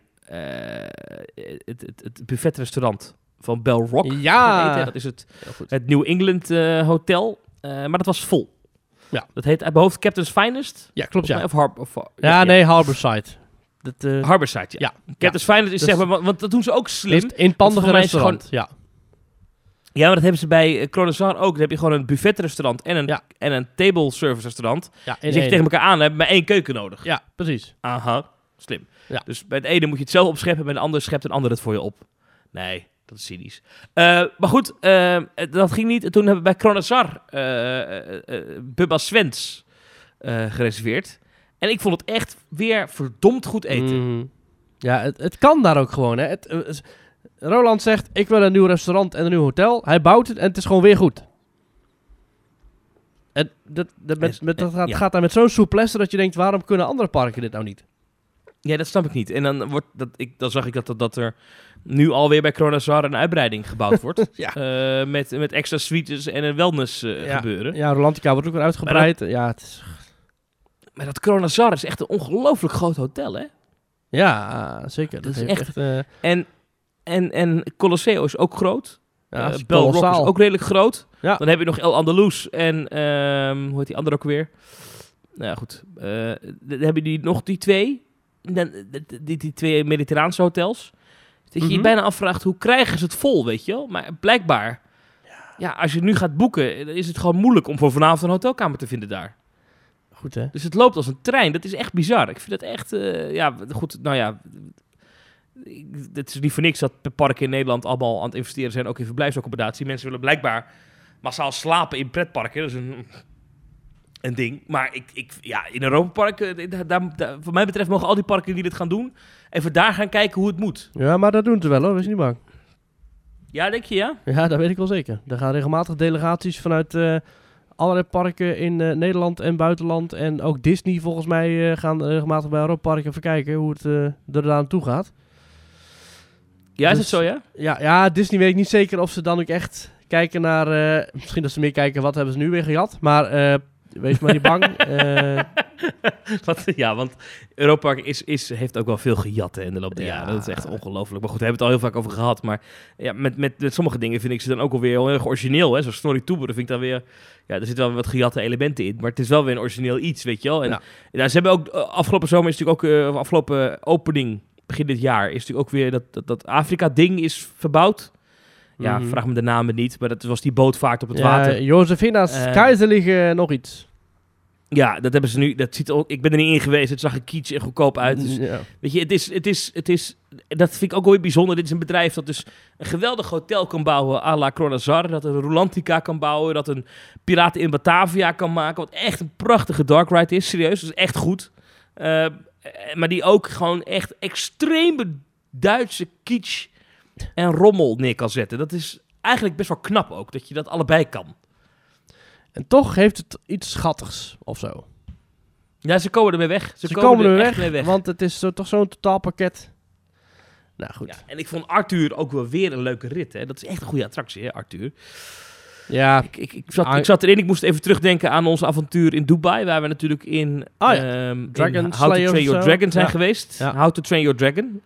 het buffetrestaurant van Bell Rock. Ja! Dat is het New England hotel. Maar dat was vol. Ja. Dat heet uit mijn hoofd Captain's Finest. Ja, klopt, ja. Harborside. Harborside, ja. Ja. Captain's Finest is, zeg maar, want dat doen ze ook slim. Het inpandige restaurant, ja. Ja, maar dat hebben ze bij Kronenzar ook. Dan heb je gewoon een buffetrestaurant en een table service restaurant. Ja, en zeg je tegen elkaar aan, dan hebben we maar 1 keuken nodig. Ja, precies. Aha, slim. Ja. Dus bij het ene moet je het zelf opscheppen, bij de andere schept een ander het voor je op. Nee, dat is cynisch. Maar goed, dat ging niet. Toen hebben we bij Kronenzar Bubba Svens gereserveerd. En ik vond het echt weer verdomd goed eten. Ja, het kan daar ook gewoon. Hè. Roland zegt, ik wil een nieuw restaurant en een nieuw hotel. Hij bouwt het en het is gewoon weer goed. En dat gaat daar met zo'n souplesse dat je denkt, waarom kunnen andere parken dit nou niet? Ja, dat snap ik niet. En dan zag ik dat er nu alweer bij Kronenzar een uitbreiding gebouwd wordt. Ja. Met extra suites en een wellness gebeuren. Ja, Rolantica wordt ook weer uitgebreid. Maar dat Kronenzar is echt een ongelooflijk groot hotel, hè? Ja, zeker. Dat is echt... En Colosseo is ook groot. Ja, Bell Rock is ook redelijk groot. Ja. Dan heb je nog El Andalus en hoe heet die andere ook weer? Nou ja, goed. Dan heb je nog die 2. Die 2 Mediterraanse hotels. Dat je je bijna afvraagt, hoe krijgen ze het vol, weet je wel? Maar blijkbaar, als je nu gaat boeken, dan is het gewoon moeilijk om voor vanavond een hotelkamer te vinden daar. Goed, hè? Dus het loopt als een trein. Dat is echt bizar. Ik vind het echt, goed, nou ja... Het is niet voor niks dat parken in Nederland allemaal aan het investeren zijn, ook in verblijfsaccommodatie. Mensen willen blijkbaar massaal slapen in pretparken. Dat is een ding. Maar in Europaparken, voor mij betreft mogen al die parken die dit gaan doen, even daar gaan kijken hoe het moet. Ja, maar dat doen ze wel hoor, wees niet bang. Ja, denk je, ja? Ja, dat weet ik wel zeker. Er gaan regelmatig delegaties vanuit allerlei parken in Nederland en buitenland. En ook Disney volgens mij gaan regelmatig bij Europa Park even kijken hoe het er aan toe gaat. Ja, is het zo, ja? Ja, Disney weet ik niet zeker of ze dan ook echt kijken naar... misschien dat ze meer kijken, wat hebben ze nu weer gejat. Maar wees maar niet bang. Want Europa Park heeft ook wel veel gejat in de loop der jaren. Dat is echt ongelooflijk. Maar goed, we hebben het al heel vaak over gehad. Maar ja, met sommige dingen vind ik ze dan ook alweer heel erg origineel. Hè? Zoals Snorri Toeber, vind ik dan weer... Ja, er zitten wel wat gejatte elementen in. Maar het is wel weer een origineel iets, weet je wel. En ze hebben ook... afgelopen zomer is natuurlijk ook... afgelopen opening, begin dit jaar... is natuurlijk ook weer dat Afrika-ding is verbouwd. Ja, vraag me de namen niet. Maar dat was die bootvaart op het water. Josefina's Keizer nog iets. Ja, dat hebben ze nu. Dat ziet ook. Ik ben er niet in geweest. Het zag er kitsch en goedkoop uit. Dus, weet je, het is. Dat vind ik ook wel weer bijzonder. Dit is een bedrijf dat dus een geweldig hotel kan bouwen à la Kronazar. Dat een Rulantica kan bouwen. Dat een Piraten in Batavia kan maken. Wat echt een prachtige dark ride is. Serieus, dat is echt goed. Maar die ook gewoon echt extreme Duitse kitsch en rommel neer kan zetten. Dat is eigenlijk best wel knap ook. Dat je dat allebei kan. En toch heeft het iets schattigs, of zo. Ja, ze komen ermee weg. Ze komen er echt mee weg. Want het is toch zo'n totaalpakket. Nou, goed. Ja, en ik vond Arthur ook wel weer een leuke rit. Hè? Dat is echt een goede attractie, hè, Arthur? Ja. Ik zat erin. Ik moest even terugdenken aan ons avontuur in Dubai. Waar we natuurlijk in How to Train Your Dragon zijn geweest. Ja. How to Train Your Dragon.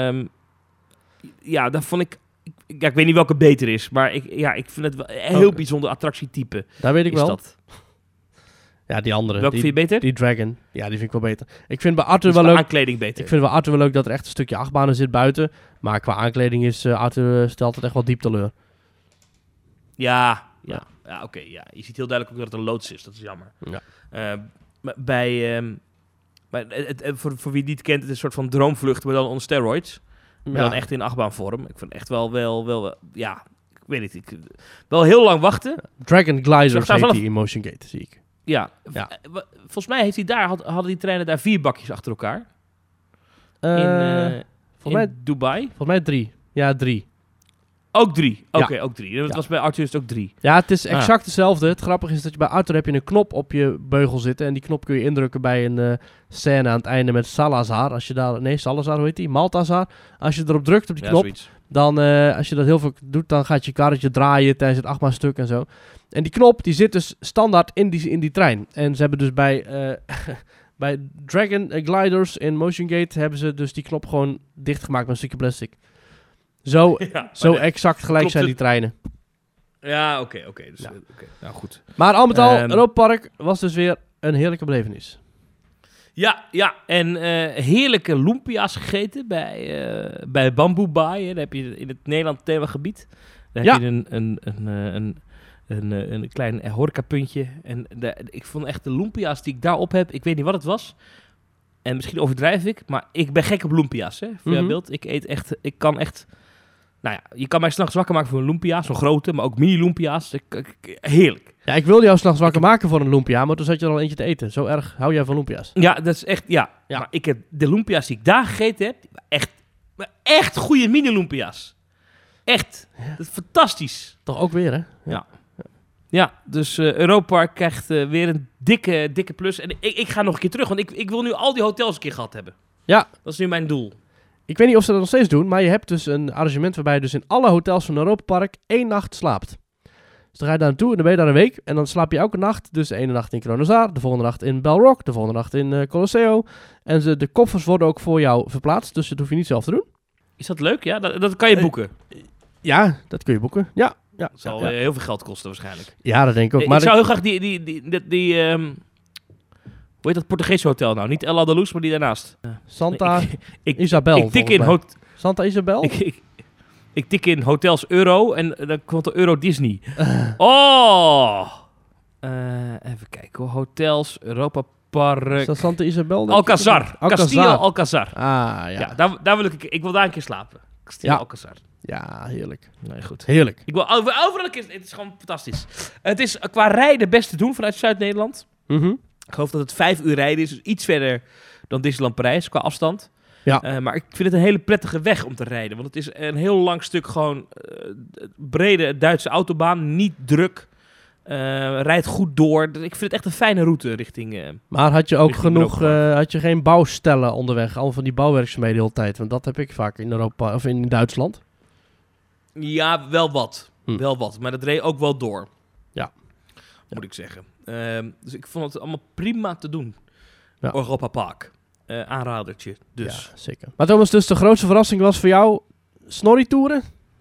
Daar vond ik... Ja, ik weet niet welke beter is, maar ik vind het wel een heel bijzonder attractietype. Daar weet ik wel. Dat. Ja, die andere. Welke vind je beter? Die Dragon. Ja, die vind ik wel beter. Ik vind bij Arthur wel leuk... aankleding beter. Ik vind bij Arthur wel leuk dat er echt een stukje achtbanen zit buiten. Maar qua aankleding is Arthur stelt het echt wel diep teleur. Ja, oké. Ja. Je ziet heel duidelijk ook dat het een loods is. Dat is jammer. Ja. Voor wie het niet kent, het is een soort van droomvlucht, maar dan on steroids. Maar dan echt in achtbaanvorm. Ik vind echt wel ik weet niet. Wel heel lang wachten. Dragon Gliders heet die in Motion Gate, zie ik. Ja. Volgens mij heeft hadden die treinen daar 4 bakjes achter elkaar. In Dubai. Volgens mij 3. Ja, 3. Ook 3. Oké, ook 3. Dat was bij Arthur ook 3. Ja, het is exact hetzelfde. Het grappige is dat je bij Arthur heb je een knop op je beugel zitten. En die knop kun je indrukken bij een scène aan het einde met Salazar. Als je daar... Nee, Salazar, hoe heet die? Maltazar. Als je erop drukt op die knop, dan als je dat heel veel doet, dan gaat je karretje draaien tijdens het achtbaanstuk en zo. En die knop, die zit dus standaard in die trein. En ze hebben dus bij Dragon Gliders in Motion Gate hebben ze dus die knop gewoon dichtgemaakt met een stukje plastic. Zo exact gelijk zijn die treinen. Ja, oké. Dus, nou, goed. Maar al met al, Europa Park was dus weer een heerlijke belevenis. Ja. En heerlijke lumpia's gegeten bij Bamboo Bay. Daar heb je in het Nederland themagebied. Daar heb je een klein horecapuntje. En ik vond echt de lumpia's die ik daarop heb, ik weet niet wat het was. En misschien overdrijf ik, maar ik ben gek op lumpia's. Hè, voor jouw beeld. Ik kan echt... Nou ja, je kan mij 's nachts wakker maken voor een lumpia, zo'n grote, maar ook mini-lumpia's. Heerlijk. Ja, ik wilde jou 's nachts wakker maken voor een lumpia, maar toen zat je er al eentje te eten. Zo erg hou jij van lumpia's? Ja, dat is echt, ja. Maar ik heb de lumpia's die ik daar gegeten heb, echt goede mini-lumpia's. Echt. Ja. Dat is fantastisch. Toch ook weer, hè? Ja, dus Europa Park krijgt weer een dikke plus. En ik ga nog een keer terug, want ik wil nu al die hotels een keer gehad hebben. Ja. Dat is nu mijn doel. Ik weet niet of ze dat nog steeds doen, maar je hebt dus een arrangement waarbij je dus in alle hotels van Europa Park 1 nacht slaapt. Dus dan ga je daar naartoe en dan ben je daar een week. En dan slaap je elke nacht. Dus de ene nacht in Kronazar, de volgende nacht in Belrock, de volgende nacht in Colosseo. En de koffers worden ook voor jou verplaatst, dus dat hoef je niet zelf te doen. Is dat leuk? Ja, dat kan je boeken. Ja, dat kun je boeken. Ja. Dat zal heel veel geld kosten waarschijnlijk. Ja, dat denk ik ook. Maar ik zou heel graag die hoe heet dat Portugese hotel nou? Niet El Andalus, maar die daarnaast. Santa Isabel. Ik tik in Santa Isabel? Ik tik in hotels Euro en dan komt er Euro Disney. Even kijken. Hotels, Europa Park. Is dat Santa Isabel? Alcazar. Castillo Alcazar. Ja. Daar wil ik wil daar een keer slapen. Castillo Alcazar. Ja, heerlijk. Nee, goed. Heerlijk. Ik wil overal een keer. Het is gewoon fantastisch. Het is qua rijden best te doen vanuit Zuid-Nederland. Ik geloof dat het 5 uur rijden is, dus iets verder dan Disneyland Parijs qua afstand. Ja. Maar ik vind het een hele prettige weg om te rijden. Want het is een heel lang stuk gewoon brede Duitse autobaan. Niet druk. Rijdt goed door. Ik vind het echt een fijne route richting... maar had je ook genoeg... had je geen bouwstellen onderweg? Al van die bouwwerkzaamheden de hele tijd? Want dat heb ik vaak in Europa of in Duitsland. Ja, wel wat. Wel wat. Maar dat reed ook wel door. Ja. Moet ik zeggen. Dus ik vond het allemaal prima te doen. Ja. Europa Park. Aanradertje. Dus. Ja, zeker. Maar Thomas, dus de grootste verrassing was voor jou Snorri-toeren?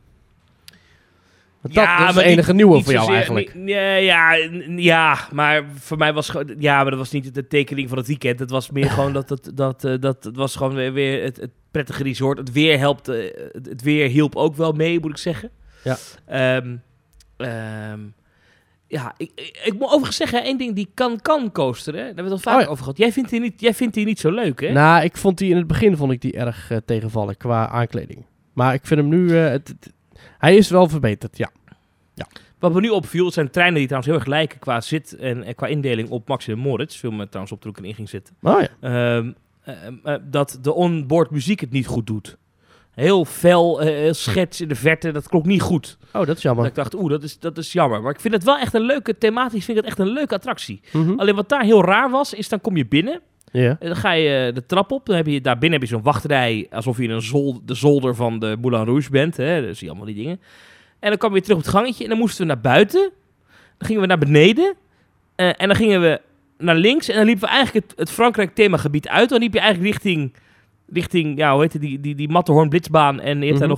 Dat is de enige nieuwe voor jou eigenlijk. Ja, maar voor mij was gewoon... Ja, maar dat was niet de tekening van het weekend. Het was meer gewoon dat was gewoon weer het prettige resort. Het weer helpte. Het weer hielp ook wel mee, moet ik zeggen. Ja. Ja, ik moet overigens zeggen, één ding die kan coasteren. Daar hebben we het al vaak over gehad. Jij vindt die niet zo leuk, hè? Nou, in het begin vond ik die erg tegenvallen qua aankleding. Maar ik vind hem nu... hij is wel verbeterd, ja. Wat me nu opviel, zijn treinen die trouwens heel erg lijken qua zit en qua indeling op Max en Moritz. Film met trouwens op de hoek en in ging zitten. Oh ja. Dat de onboard muziek het niet goed doet. Heel fel, heel schets in de verte, dat klopt niet goed. Oh, dat is jammer. Dat ik dacht, dat is jammer. Maar ik vind het wel echt een leuke, thematisch vind ik het echt een leuke attractie. Mm-hmm. Alleen wat daar heel raar was, is dan kom je binnen. Yeah. En dan ga je de trap op. Dan heb je daar binnen zo'n wachtrij, alsof je in de zolder van de Moulin Rouge bent. Hè? Dan zie je allemaal die dingen. En dan kwam je weer terug op het gangetje en dan moesten we naar buiten. Dan gingen we naar beneden. En dan gingen we naar links. En dan liepen we eigenlijk het Frankrijk themagebied uit. Dan liep je eigenlijk richting ja, hoe heet het, die Matterhorn Blitzbaan. En je hebt daar nog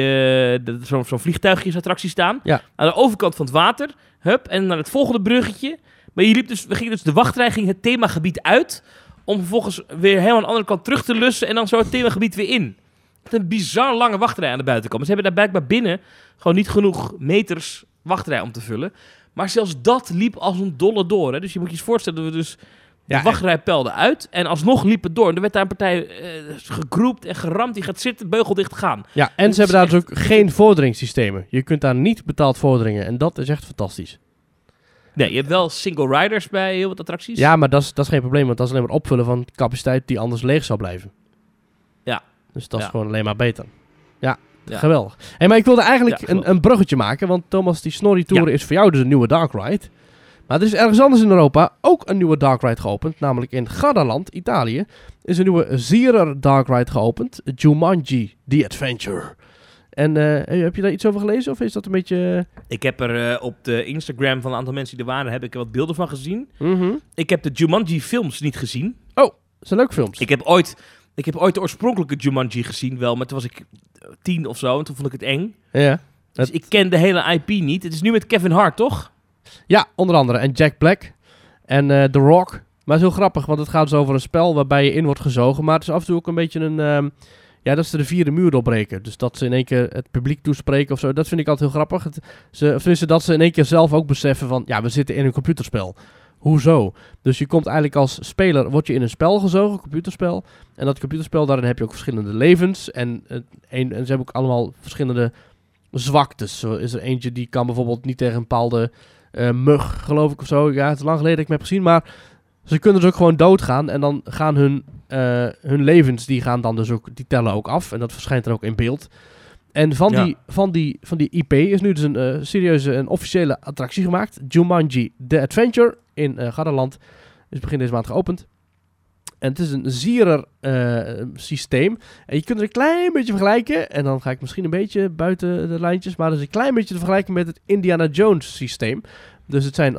zo'n vliegtuigjesattractie staan. Ja. Aan de overkant van het water. Hup, en naar het volgende bruggetje. Maar we gingen dus de wachtrij, ging het themagebied uit. Om vervolgens weer helemaal aan de andere kant terug te lussen. En dan zo het themagebied weer in. Het is een bizar lange wachtrij aan de buitenkant. Ze hebben daar blijkbaar binnen gewoon niet genoeg meters wachtrij om te vullen. Maar zelfs dat liep als een dolle door. Hè? Dus je moet je eens voorstellen dat we dus de wachtrij peilden uit. En alsnog liep het door. En er werd daar een partij gegroept en geramd. Die gaat zitten, beugeldicht gaan. Ja, en ze hebben daar dus ook geen vorderingssystemen. Je kunt daar niet betaald vorderingen. En dat is echt fantastisch. Nee, je hebt wel single riders bij heel wat attracties. Ja, maar dat is geen probleem. Want dat is alleen maar opvullen van capaciteit die anders leeg zou blijven. Ja. Dus dat is gewoon alleen maar beter. Ja. Geweldig. Hey, maar ik wilde eigenlijk een bruggetje maken. Want Thomas, die Snorri-tour is voor jou dus een nieuwe dark ride. Maar er is ergens anders in Europa ook een nieuwe dark ride geopend. Namelijk in Gardaland, Italië, is een nieuwe Zierer dark ride geopend. Jumanji, The Adventure. En heb je daar iets over gelezen? Of is dat een beetje... Ik heb er op de Instagram van een aantal mensen die er waren, heb ik er wat beelden van gezien. Mm-hmm. Ik heb de Jumanji films niet gezien. Oh, dat zijn leuke films. Ik heb ooit de oorspronkelijke Jumanji gezien wel, maar toen was ik 10 of zo en toen vond ik het eng. Ja. Dus ik ken de hele IP niet. Het is nu met Kevin Hart, toch? Ja, onder andere. En Jack Black. En The Rock. Maar het is heel grappig, want het gaat dus over een spel waarbij je in wordt gezogen. Maar het is af en toe ook een beetje een... dat ze de vierde muur doorbreken. Dus dat ze in één keer het publiek toespreken of zo. Dat vind ik altijd heel grappig. Dat ze in één keer zelf ook beseffen van... Ja, we zitten in een computerspel. Hoezo? Dus je komt eigenlijk als speler... Word je in een spel gezogen, een computerspel. En dat computerspel, daarin heb je ook verschillende levens. En ze hebben ook allemaal verschillende zwaktes. Zo is er eentje die kan bijvoorbeeld niet tegen een bepaalde mug, geloof ik of zo. Ja, het is lang geleden dat ik me heb gezien. Maar ze kunnen dus ook gewoon doodgaan. En dan gaan hun levens, die gaan dan dus ook... Die tellen ook af. En dat verschijnt dan ook in beeld. En van die IP is nu dus een officiële attractie gemaakt. Jumanji The Adventure in Gardaland. Is begin deze maand geopend. En het is een Zierer systeem. En je kunt het een klein beetje vergelijken. En dan ga ik misschien een beetje buiten de lijntjes. Maar het is een klein beetje te vergelijken met het Indiana Jones systeem. Dus het zijn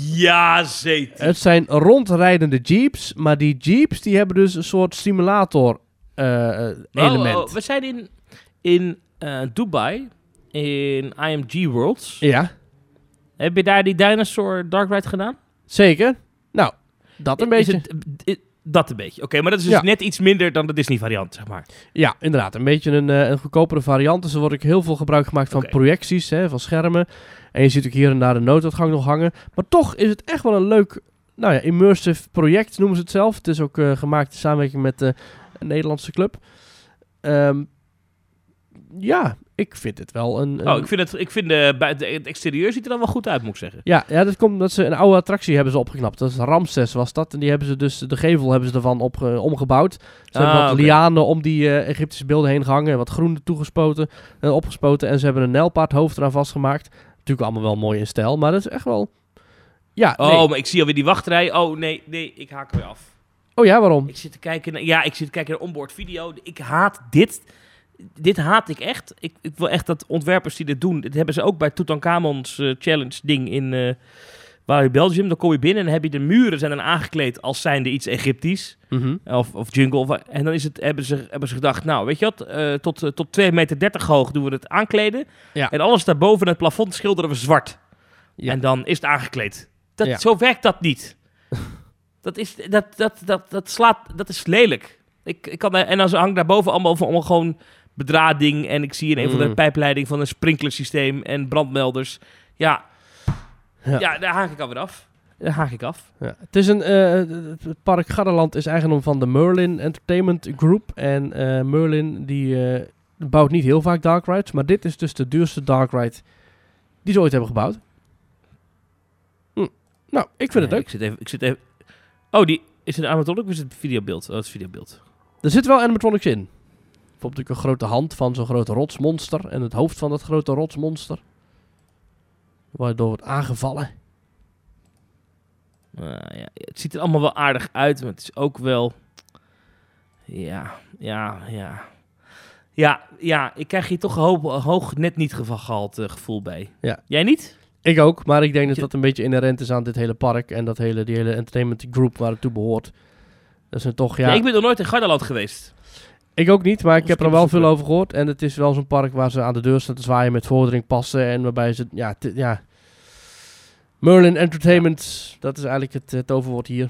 zeker. Het zijn rondrijdende jeeps. Maar die jeeps die hebben dus een soort simulator element. We zijn in Dubai, in IMG Worlds. Ja. Heb je daar die Dinosaur Dark Ride gedaan? Zeker. Nou, dat een beetje. Dat een beetje. Oké, maar dat is dus net iets minder dan de Disney variant, zeg maar. Ja, inderdaad. Een beetje een goedkopere variant. Dus er wordt ook heel veel gebruik gemaakt van projecties, van schermen. En je ziet ook hier en daar de nooduitgang nog hangen. Maar toch is het echt wel een leuk, immersive project, noemen ze het zelf. Het is ook gemaakt in samenwerking met een Nederlandse club. ik vind het wel een... Ik vind het exterieur ziet er dan wel goed uit, moet ik zeggen. Ja, dat komt omdat ze een oude attractie hebben ze opgeknapt. Dat is Ramses was dat. En die hebben ze dus, de gevel hebben ze ervan omgebouwd. Ze hebben wat lianen om die Egyptische beelden heen gehangen. Wat groen toegespoten en opgespoten. En ze hebben een nijlpaardhoofd eraan vastgemaakt. Natuurlijk allemaal wel mooi in stijl. Maar dat is echt wel... Ja, maar ik zie alweer die wachtrij. Oh, nee, ik haak er weer af. Oh ja, waarom? Ik zit te kijken naar een onboard video. Ik haat dit. Dit haat ik echt. Ik wil echt dat ontwerpers die dit doen... Dit hebben ze ook bij Tutankhamon's Challenge ding in Belgium. Dan kom je binnen en heb je de muren zijn dan aangekleed als zijnde iets Egyptisch. Mm-hmm. Of jungle. En dan hebben ze gedacht... Nou, weet je wat? Tot 2,30 meter hoog doen we het aankleden. Ja. En alles daarboven het plafond schilderen we zwart. Ja. En dan is het aangekleed. Zo werkt dat niet. Dat is lelijk. En dan hangt daarboven allemaal gewoon bedrading. En ik zie in een van de pijpleiding van een sprinklersysteem en brandmelders. Ja, daar haak ik alweer af. Ja. Het is het park Gardaland is eigendom van de Merlin Entertainment Group. En Merlin die bouwt niet heel vaak dark rides. Maar dit is dus de duurste dark ride die ze ooit hebben gebouwd. Nou, ik vind het leuk. Ik zit even... Oh, is het animatronic of is het videobeeld? Oh, het is videobeeld. Er zit wel animatronics in. Bijvoorbeeld een grote hand van zo'n grote rotsmonster. En het hoofd van dat grote rotsmonster. Waardoor wordt aangevallen. Het ziet er allemaal wel aardig uit. Maar het is ook wel... Ja, ik krijg hier toch hoog net niet gehaald gevoel bij. Ja. Jij niet? Ik ook, maar ik denk dat een beetje inherent is aan dit hele park en die hele entertainment group waar het toe behoort. Dat zijn toch, ik ben nog nooit in Gardaland geweest. Ik ook niet, maar ik heb er wel veel over gehoord. En het is wel zo'n park waar ze aan de deur staan te zwaaien met vordering passen en waarbij ze, Merlin Entertainment, dat is eigenlijk het toverwoord hier.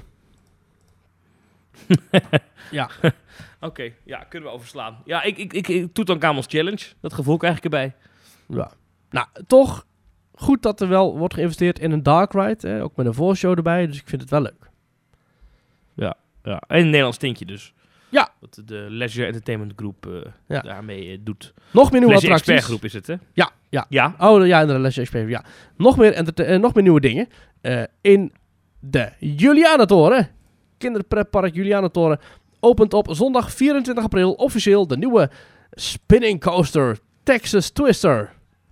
Ja. Oké, kunnen we overslaan. Ja, ik Tutankhamon's Challenge, dat gevoel krijg ik erbij. Ja. Nou, toch... Goed dat er wel wordt geïnvesteerd in een dark ride. Ook met een voorshow erbij. Dus ik vind het wel leuk. Ja. En een Nederlands tintje dus. Ja. Wat de Leisure Entertainment Group daarmee doet. Nog meer nieuwe attracties. Expert groep is het, hè? Ja. Oh, ja, inderdaad, Leisure Expert. Ja. Nog meer nieuwe dingen. In de Julianatoren. Kinderpreppark Julianatoren opent op zondag 24 april officieel de nieuwe spinning coaster Texas Twister.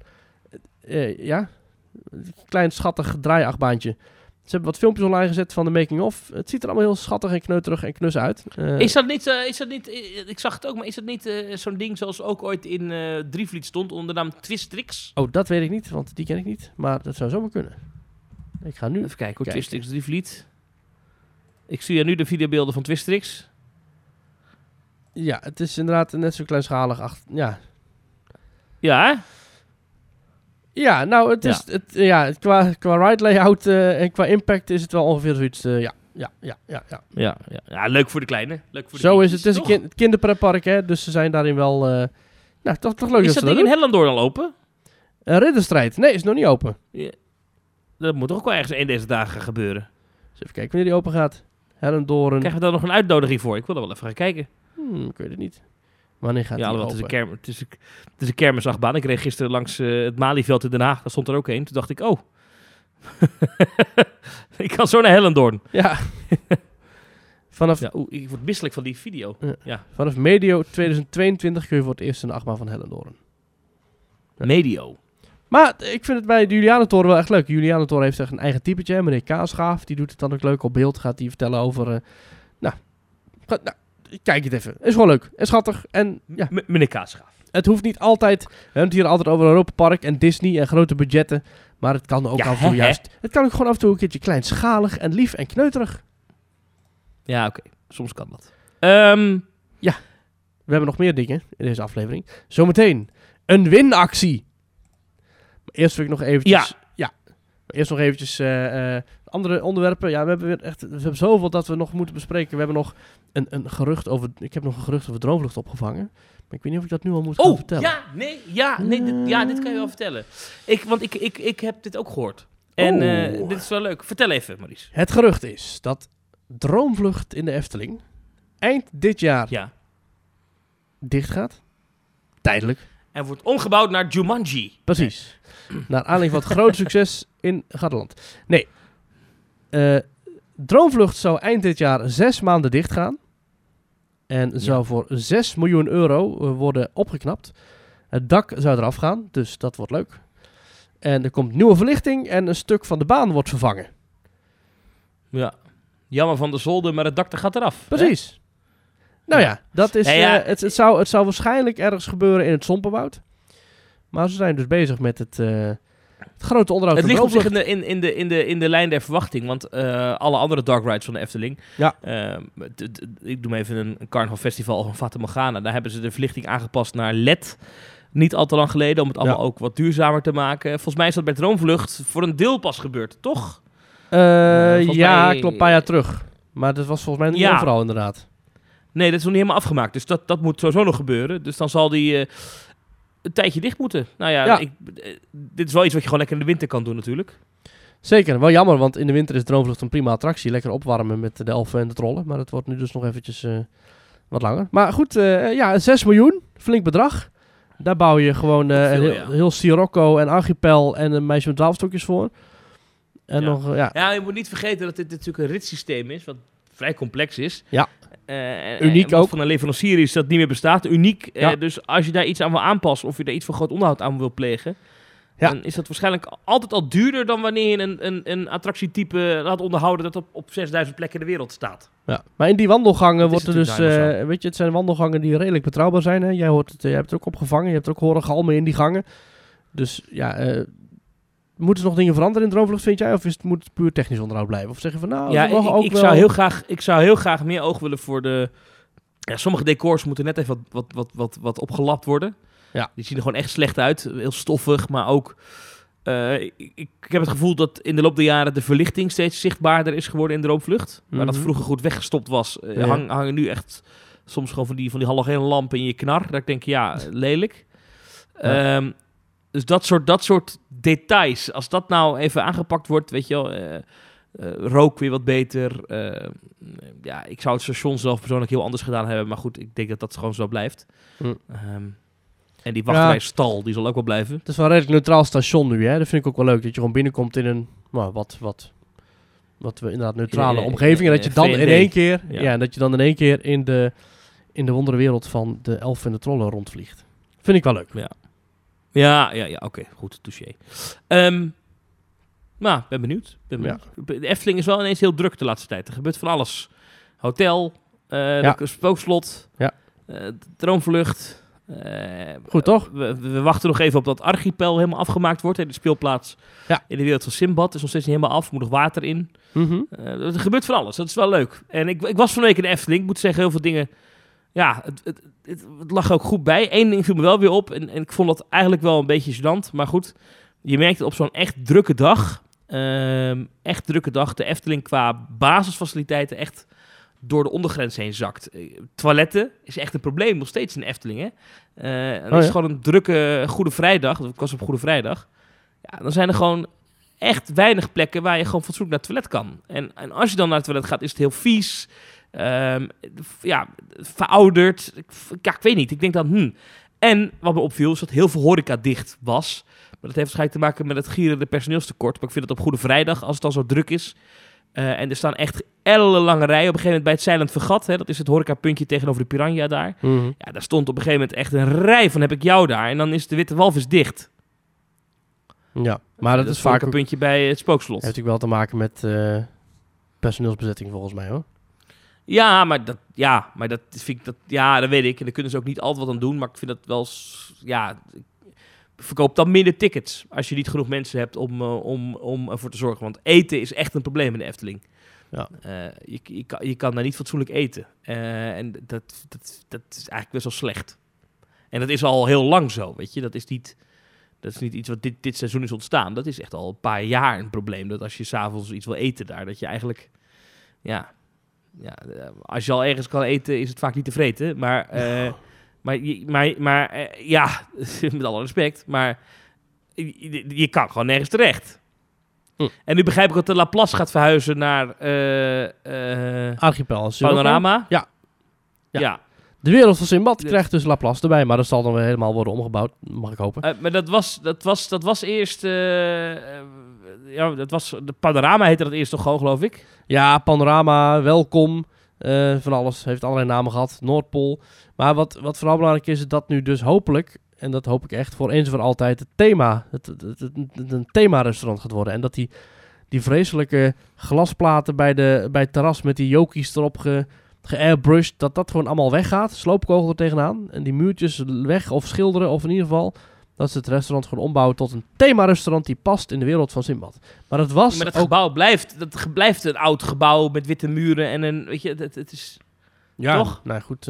Klein schattig draaiachtbaantje. Ze hebben wat filmpjes online gezet van de making-of. Het ziet er allemaal heel schattig en kneuterig en knus uit. Is dat niet, ik zag het ook, maar is dat niet zo'n ding zoals ook ooit in Drievliet stond onder de naam Twistrix? Oh, dat weet ik niet, want die ken ik niet. Maar dat zou zomaar kunnen. Ik ga nu even kijken. Twistrix Drievliet. Ik zie hier nu de videobeelden van Twistrix. Ja, het is inderdaad net zo kleinschalig. Ja, hè? Ja, nou, het is qua ride layout en qua impact is het wel ongeveer zoiets. Ja, leuk voor de kleine. Zo is het. Het is een kinderpreppark, hè, dus ze zijn daarin wel. Toch leuk. Is dat ding in Hellendoorn al open? Ridderstrijd? Nee, is nog niet open. Ja. Dat moet toch ook wel ergens een deze dagen gebeuren. Dus even kijken wanneer die open gaat. Hellendoorn. Krijgen we daar nog een uitnodiging voor? Ik wil er wel even gaan kijken. Ik weet het niet. Wanneer gaat die open? Het is een kermisachtbaan. Ik reed gisteren langs het Malieveld in Den Haag. Daar stond er ook een. Toen dacht ik, ik kan zo naar Hellendoorn. Ja. Ik word misselijk van die video. Ja. Vanaf medio 2022 kun je voor het eerst in de achtbaan van Hellendoorn. Ja. Medio. Maar ik vind het bij de Julianatoren wel echt leuk. De Julianatoren heeft echt een eigen typetje. Meneer Kaasgaaf, die doet het dan ook leuk. Op beeld gaat hij vertellen over... kijk het even. Is gewoon leuk. En schattig. En, ja. Meneer Kaasgaaf. Het hoeft niet altijd... We hebben het hier altijd over Europa Park en Disney en grote budgetten. Maar het kan ook af en toe juist... Het kan ook gewoon af en toe een keertje kleinschalig en lief en kneuterig. Ja, oké. Soms kan dat. Ja. We hebben nog meer dingen in deze aflevering. Zometeen een winactie. Maar eerst wil ik nog eventjes... Eerst nog eventjes andere onderwerpen. Ja, we hebben zoveel dat we nog moeten bespreken. We hebben nog een gerucht over... Ik heb nog een gerucht over Droomvlucht opgevangen. Maar ik weet niet of ik dat nu al moet gaan vertellen. Dit kan je wel vertellen. Ik heb dit ook gehoord. En dit is wel leuk. Vertel even, Maurice. Het gerucht is dat Droomvlucht in de Efteling eind dit jaar dicht gaat. Tijdelijk. En wordt omgebouwd naar Jumanji. Precies. Naar aanleiding van het grote succes in Gardaland. Nee. Droomvlucht zou eind dit jaar 6 maanden dicht gaan. En zou voor 6 miljoen euro worden opgeknapt. Het dak zou eraf gaan, dus dat wordt leuk. En er komt nieuwe verlichting en een stuk van de baan wordt vervangen. Ja. Jammer van de zolder, maar het dak gaat eraf. Precies. Hè? Nou ja, dat is, het zou waarschijnlijk ergens gebeuren in het Sompenwoud. Maar ze zijn dus bezig met het grote onderhoud. Het ligt op zich in de lijn der verwachting. Want alle andere dark rides van de Efteling... Ja. Ik doe me even een Carnaval Festival van Fata Morgana. Daar hebben ze de verlichting aangepast naar LED. Niet al te lang geleden, om het allemaal ook wat duurzamer te maken. Volgens mij is dat bij Droomvlucht voor een deel pas gebeurd, toch? Klopt, een paar jaar terug. Maar dat was volgens mij niet overal inderdaad. Nee, dat is nog niet helemaal afgemaakt. Dus dat moet sowieso nog gebeuren. Dus dan zal die een tijdje dicht moeten. Nou ja, dit is wel iets wat je gewoon lekker in de winter kan doen natuurlijk. Zeker, wel jammer, want in de winter is Droomvlucht een prima attractie. Lekker opwarmen met de elfen en de trollen. Maar het wordt nu dus nog eventjes wat langer. Maar goed, 6 miljoen, flink bedrag. Daar bouw je gewoon heel Sirocco en Archipel en een meisje met 12 stokjes voor. En je moet niet vergeten dat dit natuurlijk een ritssysteem is, wat vrij complex is. Ja. Uniek ook. Van een leverancier is dat niet meer bestaat. Uniek. Dus als je daar iets aan wil aanpassen of je daar iets voor groot onderhoud aan wil plegen, dan is dat waarschijnlijk altijd al duurder dan wanneer je een attractietype laat onderhouden dat op 6000 plekken in de wereld staat. Ja, maar in die wandelgangen wordt er dus, het zijn wandelgangen die redelijk betrouwbaar zijn. Hè? Jij hebt het er ook opgevangen, je hebt er ook horen galmen in die gangen. Dus moeten er nog dingen veranderen in Droomvlucht, vind jij? Of moet het puur technisch onderhoud blijven? Of zeggen van ik zou heel graag meer oog willen voor de... Ja, sommige decors moeten net even wat opgelapt worden. Ja. Die zien er gewoon echt slecht uit. Heel stoffig, maar ook... Ik heb het gevoel dat in de loop der jaren de verlichting steeds zichtbaarder is geworden in Droomvlucht. Waar dat vroeger goed weggestopt was, hangen nu echt soms gewoon van die halogene lampen in je knar. Dat ik denk, lelijk. Ja. Dus dat soort details, als dat nou even aangepakt wordt, weet je wel, rook weer wat beter. Ik zou het station zelf persoonlijk heel anders gedaan hebben, maar goed, ik denk dat gewoon zo blijft. En die wachtrijstal, die zal ook wel blijven. Het is wel een redelijk neutraal station nu, hè. Dat vind ik ook wel leuk, dat je gewoon binnenkomt in een, wat we inderdaad neutrale omgeving. En dat je dan in één keer, dat je dan in één keer in de wonderenwereld van de elfen en de trollen rondvliegt. Vind ik wel leuk. Ja, oké, goed, touché. Ben benieuwd. De Efteling is wel ineens heel druk de laatste tijd. Er gebeurt van alles. Hotel, spookslot, Droomvlucht. Goed, toch? We wachten nog even op dat Archipel helemaal afgemaakt wordt. De speelplaats in de wereld van Simbad is nog steeds niet helemaal af. Moet nog water in. Mm-hmm. Er gebeurt van alles. Dat is wel leuk. En ik was van de week in de Efteling. Ik moet zeggen, heel veel dingen... Ja, het lag ook goed bij. Eén ding viel me wel weer op. En ik vond dat eigenlijk wel een beetje gênant. Maar goed, je merkt het op zo'n echt drukke dag. De Efteling qua basisfaciliteiten echt door de ondergrens heen zakt. Toiletten is echt een probleem nog steeds in de Efteling. Hè? Het is gewoon een drukke Goede Vrijdag. Ik was op Goede Vrijdag. Ja, dan zijn er gewoon echt weinig plekken waar je gewoon fatsoenlijk naar het toilet kan. En als je dan naar het toilet gaat, is het heel vies. Verouderd. Ik weet niet. Ik denk dan, En wat me opviel, is dat heel veel horeca dicht was. Maar dat heeft waarschijnlijk te maken met het gierende personeelstekort. Maar ik vind het op Goede Vrijdag, als het dan zo druk is... en er staan echt ellenlange rijen. Op een gegeven moment bij het Zeilend Fregat, dat is het horecapuntje tegenover de Piranha daar. Mm-hmm. Ja, daar stond op een gegeven moment echt een rij van heb ik jou daar. En dan is de Witte Walvis dicht. Ja, maar dat is vaak een puntje bij het Spookslot. Heeft natuurlijk wel te maken met personeelsbezetting volgens mij, hoor. Ja, maar dat vind ik dat weet ik. En daar kunnen ze ook niet altijd wat aan doen. Maar ik vind dat wel, verkoop dan minder tickets als je niet genoeg mensen hebt om ervoor te zorgen. Want eten is echt een probleem in de Efteling. Ja. Je kan daar niet fatsoenlijk eten. En dat is eigenlijk best wel slecht. En dat is al heel lang zo, weet je. Dat is niet iets wat dit seizoen is ontstaan. Dat is echt al een paar jaar een probleem. Dat als je 's avonds iets wil eten daar, dat je eigenlijk... als je al ergens kan eten, is het vaak niet te vreten. Maar met alle respect, maar je kan gewoon nergens terecht. En nu begrijp ik dat de Laplace gaat verhuizen naar Archipel. Panorama. Ja. De wereld van Sinbad krijgt dus Laplace erbij, maar dat zal dan weer helemaal worden omgebouwd, mag ik hopen. Maar dat was eerst... de Panorama heette dat eerst toch gewoon, geloof ik? Ja, Panorama, Welkom, van alles. Heeft allerlei namen gehad, Noordpool. Maar wat vooral belangrijk is dat nu dus hopelijk, en dat hoop ik echt, voor eens en voor altijd het thema, een thema-restaurant gaat worden. En dat die vreselijke glasplaten bij het terras met die jokies erop geairbrushed, dat gewoon allemaal weggaat. Sloopkogel er tegenaan. En die muurtjes weg of schilderen, of in ieder geval dat ze het restaurant gewoon ombouwen tot een thema-restaurant die past in de wereld van Sinbad. Maar dat was maar dat gebouw blijft een oud gebouw met witte muren en een, weet je, het is... Ja, toch? Nou goed,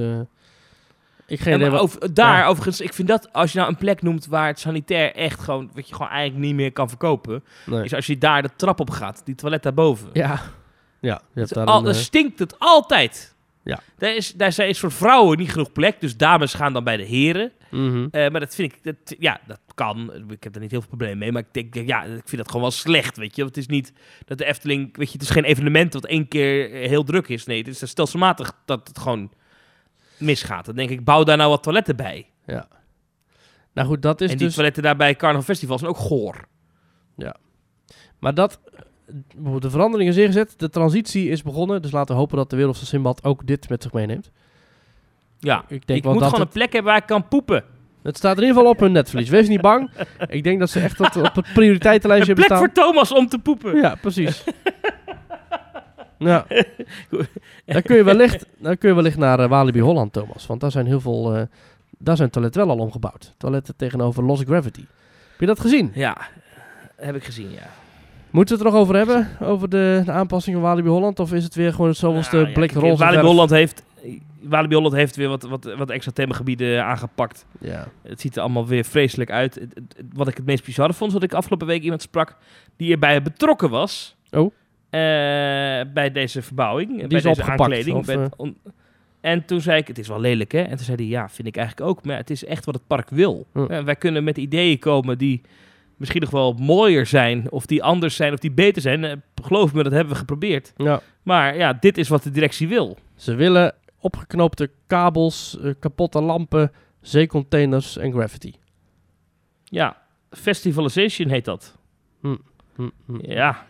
overigens, ik vind dat, als je nou een plek noemt waar het sanitair echt gewoon, wat je gewoon eigenlijk niet meer kan verkopen, is als je daar de trap op gaat, die toilet daarboven. Ja. Dan stinkt het altijd. Ja. Daar zijn een soort vrouwen niet genoeg plek, dus dames gaan dan bij de heren. Mm-hmm. Maar dat vind ik, dat kan. Ik heb er niet heel veel probleem mee, maar ik vind dat gewoon wel slecht, weet je. Want het is niet dat de Efteling, weet je, het is geen evenement dat 1 keer heel druk is. Nee, het is stelselmatig dat het gewoon misgaat. Dan denk ik, bouw daar nou wat toiletten bij. Ja. Nou goed, dat is en die toiletten daar bij Carnaval Festival zijn ook goor. Ja. Maar de verandering is ingezet, de transitie is begonnen, dus laten we hopen dat de wereld van Sinbad ook dit met zich meeneemt. Ja, ik moet gewoon een plek hebben waar ik kan poepen. Het staat in ieder geval op hun netvlies. Wees niet bang. Ik denk dat ze echt op het prioriteitenlijstje hebben staan. Een plek voor Thomas om te poepen. Ja, precies. Ja. Dan kun je wellicht naar Walibi Holland, Thomas. Want daar zijn heel veel... daar zijn toiletten wel al omgebouwd. Toiletten tegenover Lost Gravity. Heb je dat gezien? Ja, heb ik gezien, ja. Moeten we het er nog over hebben? Over de aanpassing van Walibi Holland? Of is het weer gewoon het zoveelste blik roze Walibi Holland heeft weer wat extra themagebieden aangepakt. Ja. Het ziet er allemaal weer vreselijk uit. Wat ik het meest bizarre vond, wat ik afgelopen week iemand sprak die erbij betrokken was. Oh. Bij deze verbouwing. Die bij is deze opgepakt, aankleding. En toen zei ik, het is wel lelijk, hè? En toen zei hij, ja, vind ik eigenlijk ook. Maar het is echt wat het park wil. Wij kunnen met ideeën komen die misschien nog wel mooier zijn, of die anders zijn, of die beter zijn. Geloof me, dat hebben we geprobeerd. Ja. Maar ja, dit is wat de directie wil. Ze willen opgeknoopte kabels, kapotte lampen, zeecontainers en graffiti. Ja, festivalization heet dat. Ja.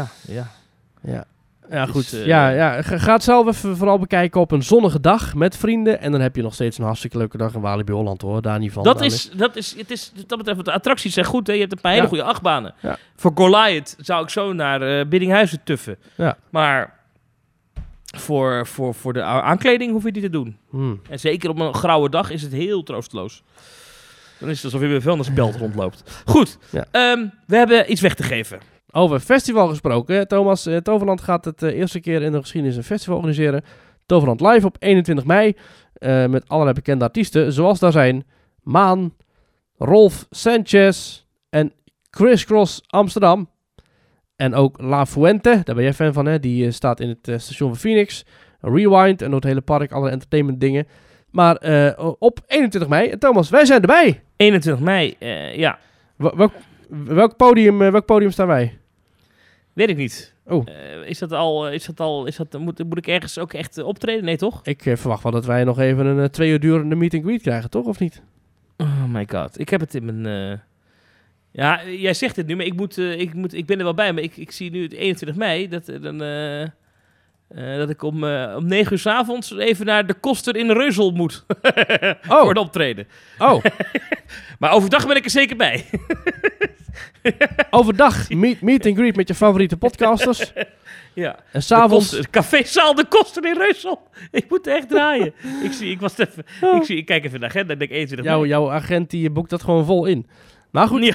Ja, goed. Ga het zelf even vooral bekijken op een zonnige dag met vrienden. En dan heb je nog steeds een hartstikke leuke dag in Walibi Holland, hoor. Daar niet van. Dat betreft, de attracties zijn goed, hè. Je hebt een paar hele goede achtbanen. Ja. Voor Goliath zou ik zo naar Biddinghuizen tuffen. Ja. Maar voor de aankleding hoef je die te doen. En zeker op een grauwe dag is het heel troosteloos. Dan is het alsof je met een vuilnisbelt rondloopt. Goed, we hebben iets weg te geven. Over festival gesproken, Thomas. Toverland gaat het eerste keer in de geschiedenis een festival organiseren. Toverland Live op 21 mei. Met allerlei bekende artiesten. Zoals daar zijn Maan, Rolf Sanchez en Criss Cross Amsterdam. En ook La Fuente, daar ben jij fan van, hè? Die staat in het station van Phoenix. Rewind en door het hele park, alle entertainment dingen. Maar op 21 mei, Thomas, wij zijn erbij. 21 mei, ja. Welk podium staan wij? Weet ik niet. Oh. Moet ik ergens ook echt optreden? Nee, toch? Ik verwacht wel dat wij nog even een 2 uur durende meet and greet krijgen, toch? Of niet? Oh my god. Ik heb het in mijn... Ja, jij zegt het nu, maar ik ben er wel bij. Maar ik zie nu het 21 mei dat ik om 9 uur 's avonds even naar de Koster in Reuzel moet. Voor het optreden. Oh. Maar overdag ben ik er zeker bij. Overdag meet and greet met je favoriete podcasters. Ja. En 's avonds cafézaal de Koster in Reuzel. Ik moet echt draaien. Ik kijk even naar de agenda en denk 21 mei. Jouw agent die boekt dat gewoon vol in. Maar goed.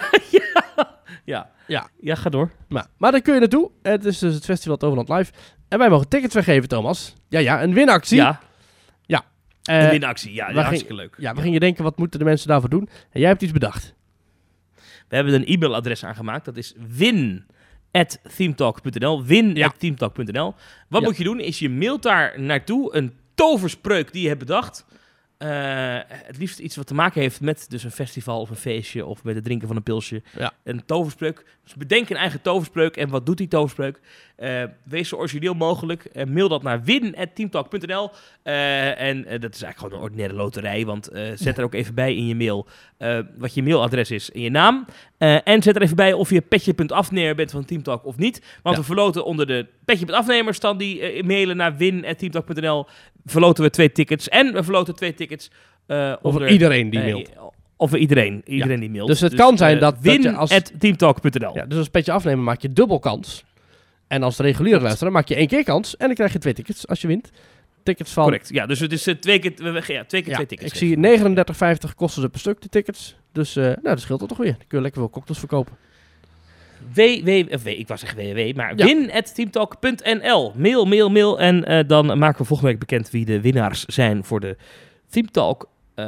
Ja, ga door. Maar daar kun je naartoe. Het is dus het Festival Toverland Live. En wij mogen tickets weggeven, Thomas. Ja, een winactie. Ja. Een winactie, ja, hartstikke leuk. Ja, we gingen denken, wat moeten de mensen daarvoor doen? En jij hebt iets bedacht. We hebben een e-mailadres aangemaakt. Dat is win@themetalk.nl. Win@themetalk.nl. Wat moet je doen? Is je mailt daar naartoe een toverspreuk die je hebt bedacht. Het liefst iets wat te maken heeft met dus een festival of een feestje of met het drinken van een pilsje. Ja. Een toverspreuk. Dus bedenk een eigen toverspreuk. En wat doet die toverspreuk? Wees zo origineel mogelijk. Mail dat naar win@teamtalk.nl. En dat is eigenlijk gewoon een ordinaire loterij. Want zet er ook even bij in je mail wat je mailadres is en je naam. En zet er even bij of je petje.afnemer bent van Teamtalk of niet. Want we verloten onder de petje.afnemers dan die mailen naar win@teamtalk.nl. Verloten we 2 tickets. En we verloten 2 tickets. Over iedereen die mailt. Over iedereen die mailt. Dus het kan zijn dat win@teamtalk.nl. Ja, dus als petje afnemen maak je dubbel kans. En als reguliere luisteraar maak je 1 keer kans. En dan krijg je 2 tickets als je wint. Tickets van... Correct. Ja, dus het is 2 keer 2 tickets. Ik zie 39,50 kosten ze per stuk de tickets. Dus dat scheelt er toch weer. Dan kun je lekker veel cocktails verkopen. Ik was zeggen www, maar win@teamtalk.nl. Mail. En dan maken we volgende week bekend wie de winnaars zijn voor de Teamtalk.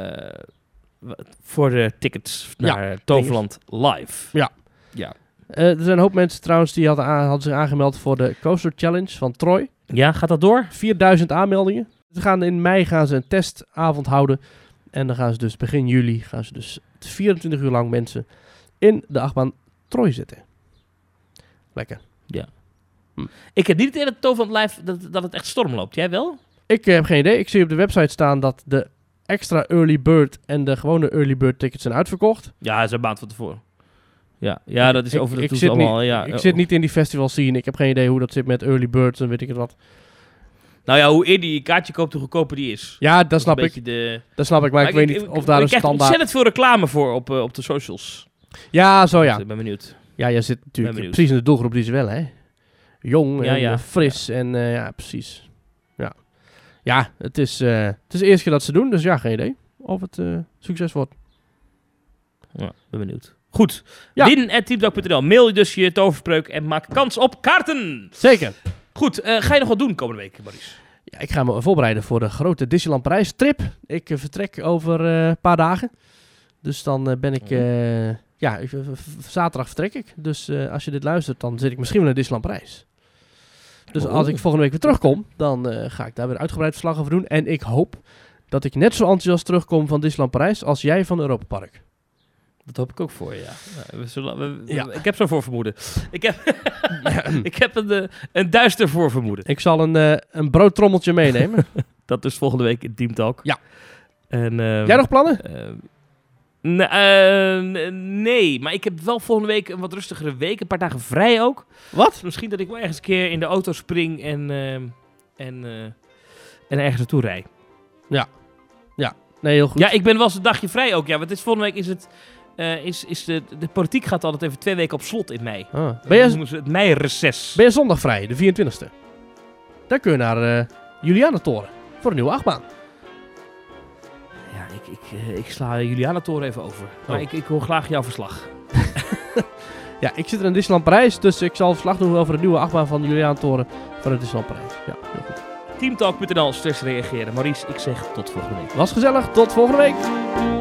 Voor de tickets naar Toverland Live. Ja. Er zijn een hoop mensen trouwens die hadden zich aangemeld voor de Coaster Challenge van Troy. Ja, gaat dat door? 4000 aanmeldingen. In mei gaan ze een testavond houden. En dan gaan ze dus begin juli 24 uur lang mensen in de achtbaan Troy zitten. Lekker. Ja. Ik heb niet het idee dat Toverland Live dat het echt storm loopt. Jij wel? Ik heb geen idee. Ik zie op de website staan dat de extra early bird en de gewone early bird tickets zijn uitverkocht. Ja, dat is een maand van tevoren. Ja, dat is over de toekomst allemaal. Ik zit niet in die festival scene. Ik heb geen idee hoe dat zit met early birds en weet ik het wat. Nou ja, hoe eerder je een kaartje koopt, hoe goedkoper die is. Ja, dat snap ik. Dat snap ik, maar ik weet niet of daar een standaard... Ik krijg ontzettend veel reclame voor op de socials. Ja, zo ja. Dus ik ben benieuwd. Ja, jij zit natuurlijk precies in de doelgroep die ze wel, hè? Jong en fris en precies. Ja, het is de eerste keer dat ze doen, dus ja, geen idee of het succes wordt. Ja, ben benieuwd. Goed, win@teamtalk.nl. Mail dus je toverspreuk en maak kans op kaarten. Zeker. Goed, ga je nog wat doen komende week, Maurice? Ja, ik ga me voorbereiden voor de grote Disneyland Parijs trip. Ik vertrek over een paar dagen. Dus dan ben ik... zaterdag vertrek ik. Dus als je dit luistert, dan zit ik misschien wel in Disneyland Parijs. Dus als ik volgende week weer terugkom, dan ga ik daar weer uitgebreid verslag over doen. En ik hoop dat ik net zo enthousiast terugkom van Disneyland Parijs als jij van Europa Park. Dat hoop ik ook voor je, ja. Ik heb zo'n voorvermoeden. Ik heb een duister voorvermoeden. Ik zal een broodtrommeltje meenemen. Dat is volgende week in Teamtalk. Ja. En, jij nog plannen? Nee, maar ik heb wel volgende week een wat rustigere week. Een paar dagen vrij ook. Wat? Misschien dat ik wel ergens een keer in de auto spring en ergens naartoe rij. Ja. Nee, heel goed. Ja, ik ben wel eens een dagje vrij ook. Ja, want volgende week is het... de politiek gaat altijd even 2 weken op slot in mei. Noemen ze het meireces. Ben je zondag vrij, de 24e? Dan kun je naar Julianatoren voor een nieuwe achtbaan. Ja, ik sla Julianatoren even over. Maar ik hoor graag jouw verslag. Ja, ik zit er in Disneyland Parijs, dus ik zal verslag doen over de nieuwe achtbaan van Julianatoren van het Disneyland Parijs. Ja, heel goed. Teamtalk.nl/reageren. Maurice, ik zeg tot volgende week. Was gezellig, tot volgende week.